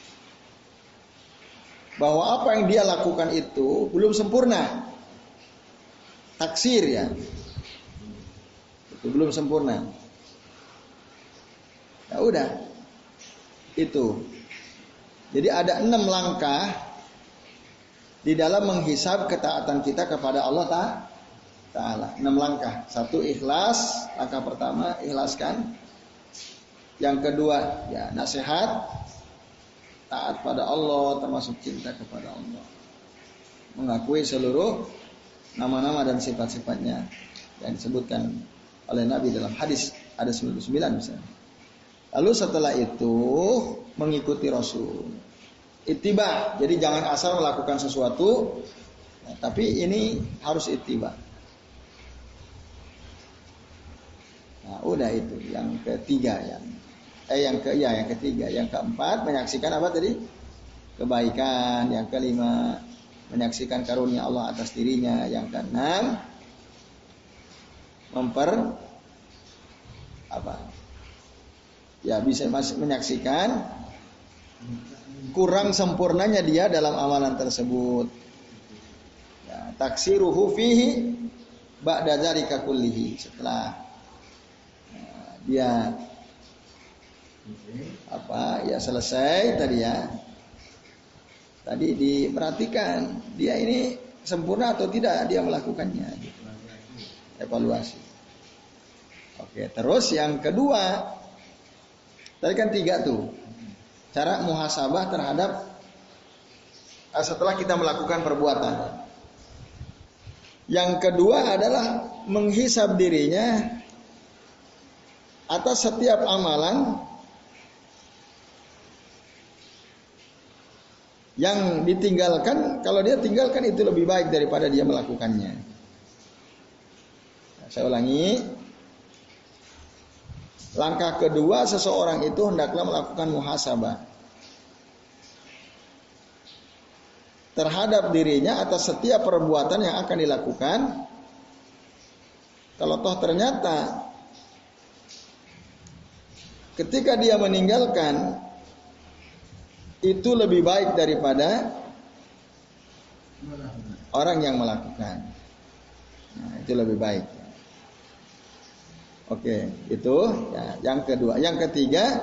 bahwa apa yang dia lakukan itu belum sempurna. Taksir ya. Itu belum sempurna. Ya udah. Itu. Jadi ada enam langkah di dalam menghisab ketaatan kita kepada Allah Ta'ala. Enam langkah. Satu, ikhlas. Langkah pertama, ikhlaskan. Yang kedua, ya nasihat, taat pada Allah, termasuk cinta kepada Allah, mengakui seluruh nama-nama dan sifat-sifatnya yang disebutkan oleh Nabi dalam hadis ada sembilan puluh sembilan misalnya. Lalu setelah itu mengikuti Rasul, ittiba. Jadi jangan asal melakukan sesuatu, ya, tapi ini harus ittiba. Nah, udah itu yang ketiga yang Eh yang ke ya yang ketiga, yang keempat menyaksikan apa tadi? Kebaikan. Yang kelima menyaksikan karunia Allah atas dirinya. Yang keenam memper apa? ya bisa masih menyaksikan kurang sempurnanya dia dalam amalan tersebut. Ya, taksiruhu fihi ba'da dzalika kullihi, setelah ya, dia apa ya selesai tadi ya. Tadi diperhatikan dia ini sempurna atau tidak dia melakukannya. Gitu. Evaluasi. Oke, terus yang kedua, tadi kan tiga tuh, cara muhasabah terhadap setelah kita melakukan perbuatan. Yang kedua adalah menghisab dirinya atas setiap amalan yang ditinggalkan. Kalau dia tinggalkan itu lebih baik daripada dia melakukannya. Nah, saya ulangi. Langkah kedua, seseorang itu hendaklah melakukan muhasabah terhadap dirinya atas setiap perbuatan yang akan dilakukan. Kalau toh ternyata ketika dia meninggalkan itu lebih baik daripada orang yang melakukan, nah, itu lebih baik. Oke, itu ya, yang kedua. Yang ketiga,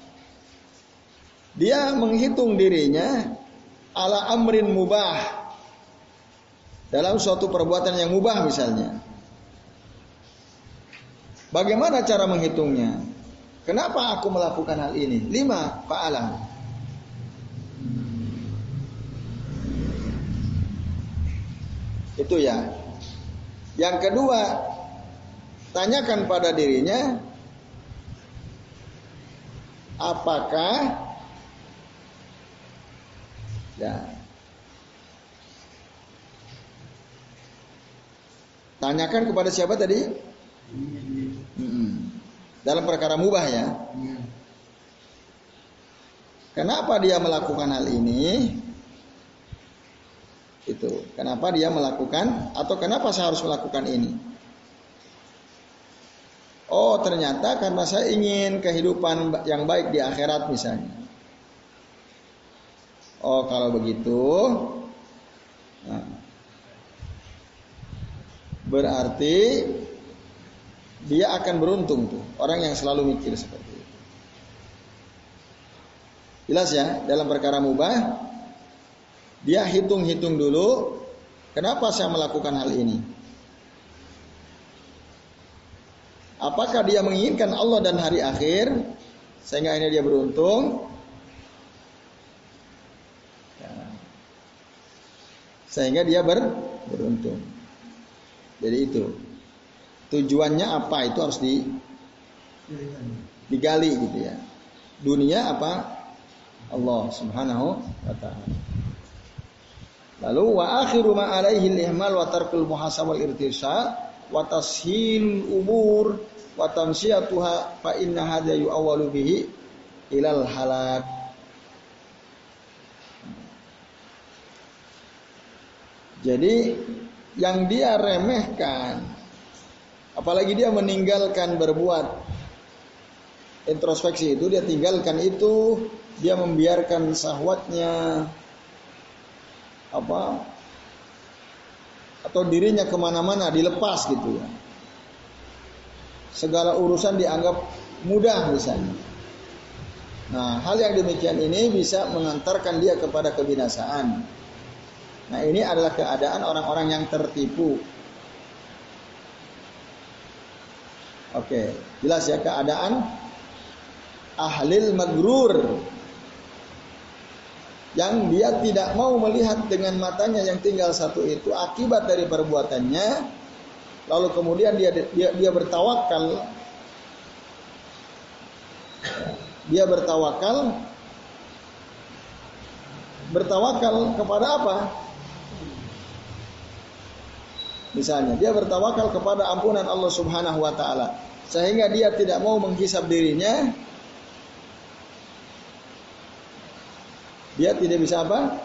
dia menghitung dirinya ala amrin mubah, dalam suatu perbuatan yang mubah misalnya. Bagaimana cara menghitungnya? Kenapa aku melakukan hal ini? Lima fa'alah. Itu ya. Yang kedua, tanyakan pada dirinya, apakah ya, tanyakan kepada siapa tadi? Hmm. Dalam perkara mubah ya. Kenapa dia melakukan hal ini? Itu. Kenapa dia melakukan atau kenapa saya harus melakukan ini? Oh, ternyata karena saya ingin kehidupan yang baik di akhirat misalnya. Oh, kalau begitu, nah, berarti dia akan beruntung tuh, orang yang selalu mikir seperti itu. Jelas ya, dalam perkara mubah, dia hitung-hitung dulu, kenapa saya melakukan hal ini? Apakah dia menginginkan Allah dan hari akhir sehingga ini dia beruntung? Ya. Sehingga dia ber, beruntung. Jadi itu tujuannya apa itu harus di, digali gitu ya. Dunia apa? Allah Subhanahu wa ta'ala. Lalu wa akhiru ma alaihi al-ihmal wa tarkul muhasabah irtisa wa tashil umur wa tamsiyatuha fa inna hadza yu'awwalu bihi ilal halak. Jadi yang dia remehkan, apalagi dia meninggalkan berbuat introspeksi itu, dia tinggalkan itu, dia membiarkan syahwatnya apa atau dirinya kemana-mana dilepas gitu ya. Segala urusan dianggap mudah misalnya. Nah, hal yang demikian ini bisa mengantarkan dia kepada kebinasaan. Nah, ini adalah keadaan orang-orang yang tertipu. Oke, jelas ya, keadaan ahlil magrur, yang dia tidak mau melihat dengan matanya yang tinggal satu itu akibat dari perbuatannya, lalu kemudian dia dia, dia bertawakal, dia bertawakal, bertawakal kepada apa? Misalnya dia bertawakal kepada ampunan Allah Subhanahu wa ta'ala, sehingga dia tidak mau menghisab dirinya. Dia tidak bisa apa?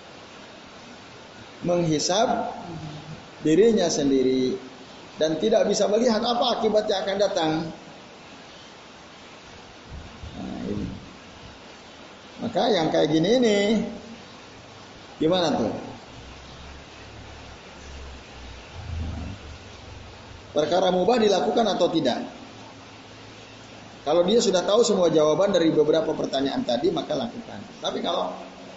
Menghisab dirinya sendiri, dan tidak bisa melihat apa akibat yang akan datang. Maka yang kayak gini ini gimana tuh? Perkara mubah dilakukan atau tidak? Kalau dia sudah tahu semua jawaban dari beberapa pertanyaan tadi, maka lakukan. Tapi kalau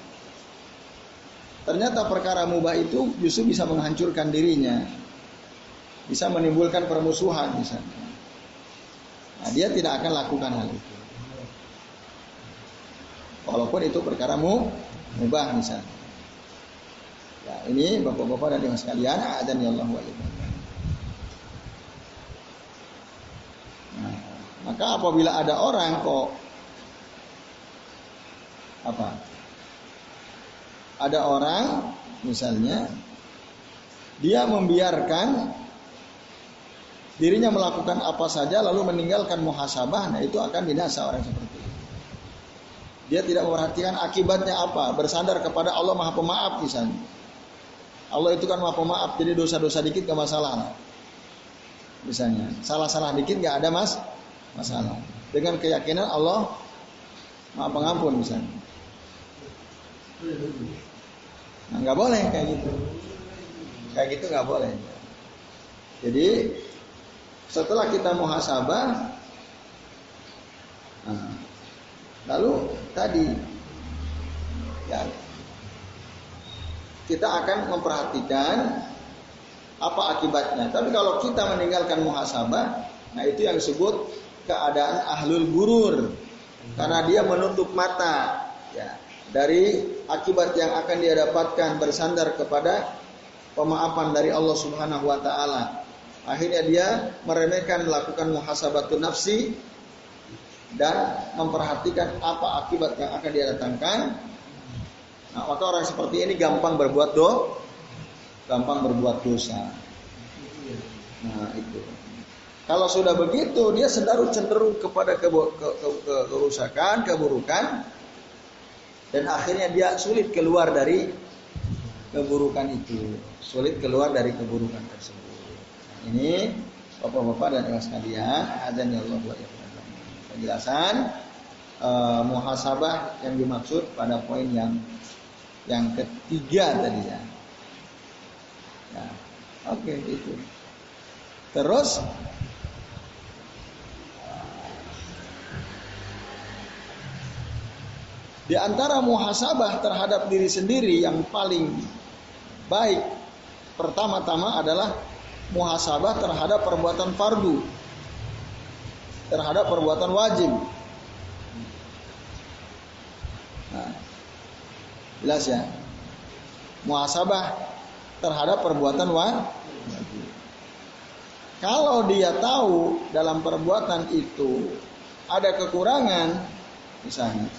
ternyata perkara mubah itu justru bisa menghancurkan dirinya, bisa menimbulkan permusuhan misalnya, nah, dia tidak akan lakukan hal itu. Walaupun itu perkara mubah misalnya. Ya, ini bapak-bapak dan ibu sekalian, adzan ya Allah wa iyyakum. Nah, maka apabila ada orang kok apa? Ada orang misalnya dia membiarkan dirinya melakukan apa saja lalu meninggalkan muhasabah, nah itu akan binasa orang seperti itu. Dia tidak memperhatikan akibatnya apa, bersandar kepada Allah Maha Pemaaf misalnya. Allah itu kan Maha Pemaaf, jadi dosa-dosa dikit gak masalah. Misalnya, salah-salah dikit gak ada mas masalah. Dengan keyakinan Allah Maha Pengampun misalnya. Nah, nggak boleh kayak gitu. Kayak gitu nggak boleh. Jadi setelah kita muhasabah, nah, lalu tadi ya kita akan memperhatikan apa akibatnya. Tapi kalau kita meninggalkan muhasabah, nah itu yang disebut keadaan ahlul gurur, karena dia menutup mata ya dari akibat yang akan dia dapatkan bersandar kepada pemaafan dari Allah Subhanahu wa taala. Akhirnya dia meremehkan melakukan muhasabatun nafsi dan memperhatikan apa akibat yang akan dia datangkan. Nah, maka orang seperti ini gampang berbuat do, gampang berbuat dosa. Nah, itu. Kalau sudah begitu, dia cenderung cenderung kepada ke, ke, ke, ke, kerusakan, keburukan, dan akhirnya dia sulit keluar dari keburukan itu, sulit keluar dari keburukan tersebut. Ini bapak-bapak dan ibu sekalian, adzan ya Allah wa iyyakum. Penjelasan uh, muhasabah yang dimaksud pada poin yang yang ketiga tadi ya. Ya, oke okay, itu. Terus di antara muhasabah terhadap diri sendiri yang paling baik pertama-tama adalah muhasabah terhadap perbuatan fardu, terhadap perbuatan wajib. Nah, jelas ya. Muhasabah terhadap perbuatan wajib. Kalau dia tahu dalam perbuatan itu ada kekurangan, misalnya,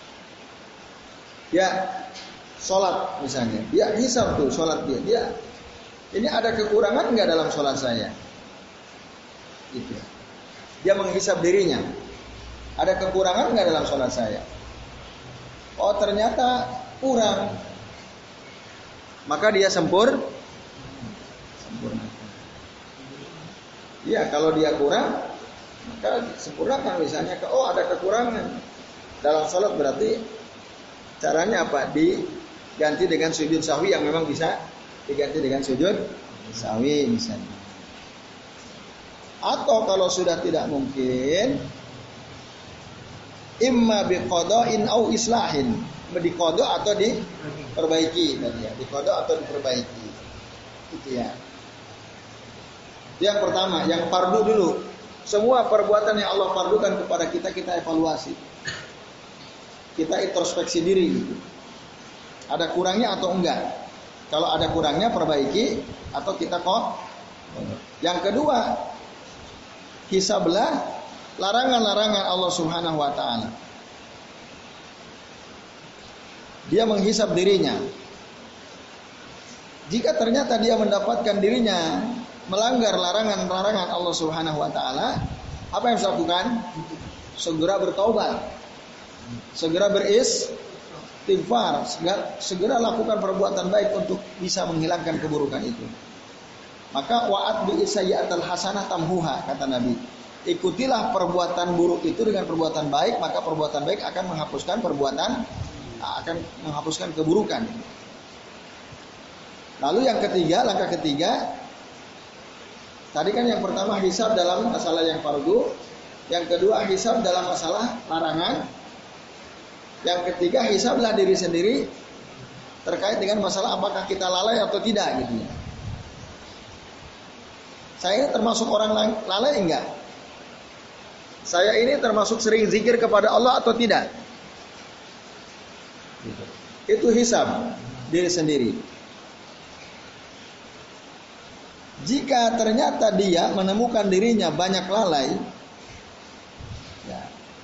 ya sholat misalnya, dia hisab tuh sholat dia, dia ini ada kekurangan nggak dalam sholat saya? Itu. Dia menghisab dirinya. Ada kekurangan nggak dalam sholat saya? Oh ternyata kurang. Maka dia sempur, sempurna. Iya kalau dia kurang, maka sempurnakan misalnya. Oh ada kekurangan dalam sholat, berarti caranya apa? Diganti dengan sujud sahwi yang memang bisa diganti dengan sujud sahwi misalnya. Atau kalau sudah tidak mungkin, imma biqada'in au islahin, diqada atau diperbaiki tadi ya, diqada atau diperbaiki. Itu ya. Yang pertama, yang fardu dulu. Semua perbuatan yang Allah fardukan kepada kita, kita evaluasi. Kita introspeksi diri gitu. Ada kurangnya atau enggak? Kalau ada kurangnya perbaiki atau kita kok. Yang kedua, hisablah larangan-larangan Allah Subhanahu wa taala. Dia menghisab dirinya. Jika ternyata dia mendapatkan dirinya melanggar larangan-larangan Allah Subhanahu wa taala, apa yang harus dilakukan? Segera bertaubat. Segera beris istighfar, segera, segera lakukan perbuatan baik untuk bisa menghilangkan keburukan itu. Maka wa'at bi sayyi'atil hasanah tamhuha, kata Nabi. Ikutilah perbuatan buruk itu dengan perbuatan baik, maka perbuatan baik akan menghapuskan perbuatan akan menghapuskan keburukan. Lalu yang ketiga, langkah ketiga, tadi kan yang pertama hisab dalam masalah yang fardu, yang kedua hisab dalam masalah larangan, yang ketiga hisablah diri sendiri terkait dengan masalah apakah kita lalai atau tidak gitu ya. Saya ini termasuk orang lalai enggak? Saya ini termasuk sering zikir kepada Allah atau tidak? Itu hisab diri sendiri. Jika ternyata dia menemukan dirinya banyak lalai, ya,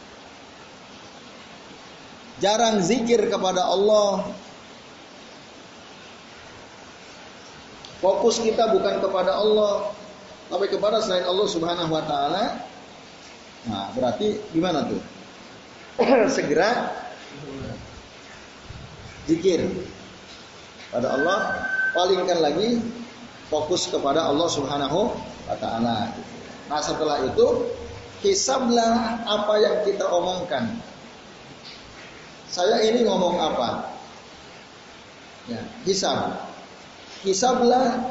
jarang zikir kepada Allah, fokus kita bukan kepada Allah, tapi kepada selain Allah Subhanahu wa taala. Nah, berarti gimana tuh? Segera zikir pada Allah, palingkan lagi fokus kepada Allah Subhanahu wa taala. Nah, setelah itu hisablah apa yang kita omongkan. Saya ini ngomong apa? Ya, hisab. Hisablah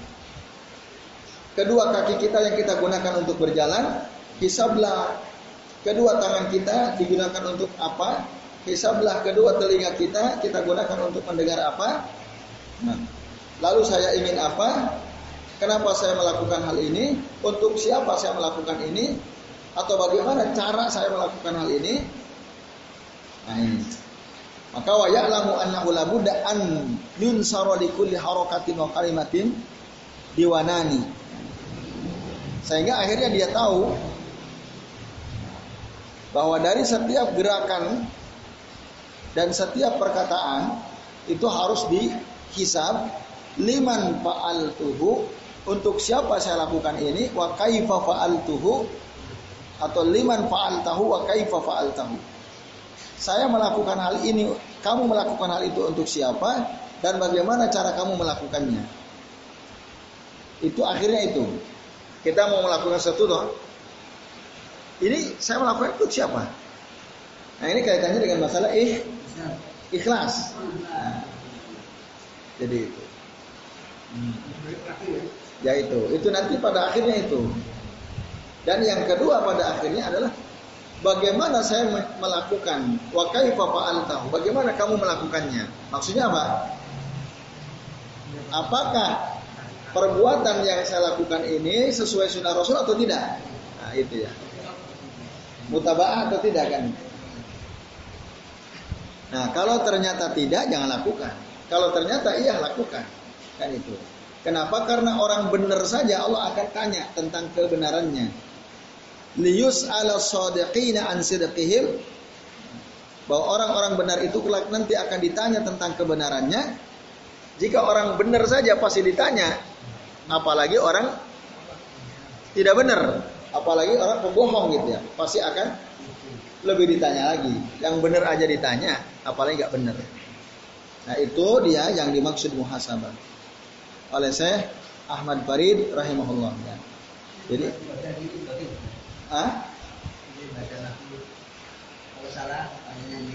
kedua kaki kita yang kita gunakan untuk berjalan, hisablah kedua tangan kita digunakan untuk apa? Hisablah kedua telinga kita kita gunakan untuk mendengar apa? Nah, lalu saya ingin apa? Kenapa saya melakukan hal ini? Untuk siapa saya melakukan ini? Atau bagaimana cara saya melakukan hal ini? Nah ini. Maka wa ya'lamu annahu la budda an yunsara li kulli harakatin wa kalimatin diwanani. Sehingga akhirnya dia tahu bahwa dari setiap gerakan dan setiap perkataan itu harus dihisab. Liman fa'altuhu, untuk siapa saya lakukan ini, wa kaifa fa'altuhu, atau liman fa'altahu wa kaifa fa'altahu. Saya melakukan hal ini, kamu melakukan hal itu untuk siapa dan bagaimana cara kamu melakukannya. Itu akhirnya itu. Kita mau melakukan sesuatu toh. Ini saya melakukan untuk siapa? Nah, ini kaitannya dengan masalah ih, ikhlas. Nah, jadi itu. Hmm. Ya itu, itu nanti pada akhirnya itu. Dan yang kedua pada akhirnya adalah bagaimana saya melakukan, wa kaifa fa'altahu, bagaimana kamu melakukannya. Maksudnya apa? Apakah perbuatan yang saya lakukan ini sesuai sunnah Rasul atau tidak? Nah itu ya. Mutaba'ah atau tidak kan? Nah kalau ternyata tidak, jangan lakukan. Kalau ternyata iya, lakukan. Kan itu. Kenapa? Karena orang benar saja Allah akan tanya tentang kebenarannya. Liyus ala sadiqina an sidqihim, bahwa orang-orang benar itu kelak nanti akan ditanya tentang kebenarannya. Jika orang benar saja pasti ditanya, apalagi orang tidak benar, apalagi orang pembohong gitu ya, pasti akan lebih ditanya lagi. Yang benar aja ditanya, apalagi nggak benar. Nah itu dia yang dimaksud muhasabah oleh Syekh Ahmad Farid rahimahullah. Ya. Jadi, ah, kalau salah nyanyi.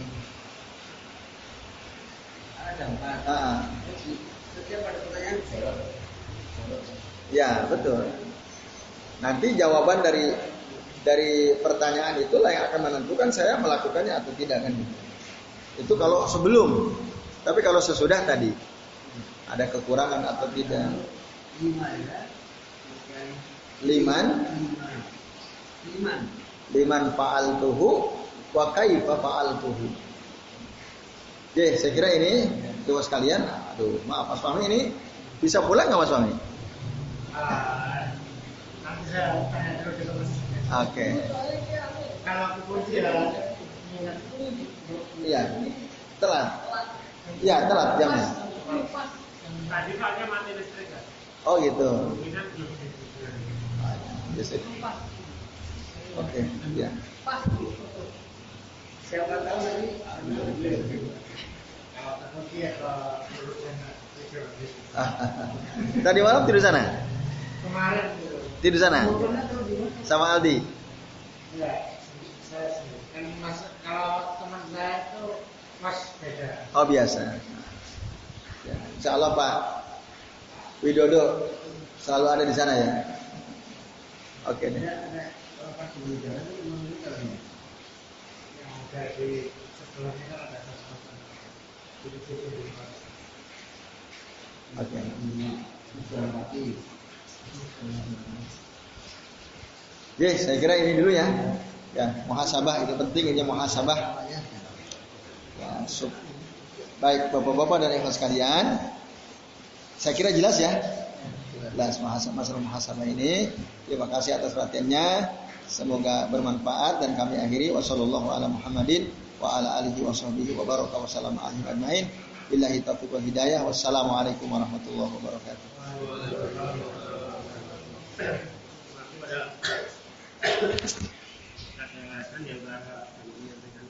Ada empat. Ah. Setiap ada pertanyaan jawab. Ya betul. Nanti jawaban dari dari pertanyaan itulah yang akan menentukan saya melakukannya atau tidak kan. Itu kalau sebelum. Tapi kalau sesudah tadi ada kekurangan atau tidak. Lima ya. Liman. Liman. Liman fa'altuhu wa kaifa fa'altuhu. Oke, saya kira ini Dewa sekalian. Aduh, maaf Mas Fahmi, ini bisa pulang nggak Mas Fahmi? Uh, nanti saya tanya dulu ke Mas. Oke. Kalau aku kunci ya. Iya. Telat. Iya, telat jamnya. Tadi paknya mati listrik kan? Oh gitu. Minat belum. Yes, oke, ya. Siapa tahu nanti Tadi malam tidur sana? kemarin Tidur sana? Sama Aldi? Enggak, saya sendiri. Kan mas, kalau teman saya itu mas beda. Oh biasa. Ya, insya Allah Pak Widodo selalu ada di sana ya. Oke deh. Ada ada pas di jalan itu memang itu kan yang ada di sebelahnya kan ada kas-kasan. Jadi itu di pas. Oke. Sudah mati. Oke, saya kira ini dulu ya. Ya, muhasabah itu penting, ini muhasabah. Ya, sub. Baik Bapak-bapak dan ibu sekalian, saya kira jelas ya. Jelas masalah muhasabah ini. Terima kasih atas perhatiannya. Semoga bermanfaat dan kami akhiri wasallallahu ala Muhammadin wa ala alihi washabbihi wa baraka wa sallam ajmain. Billahi taufiq wal hidayah. Wassalamualaikum warahmatullahi wabarakatuh. Pada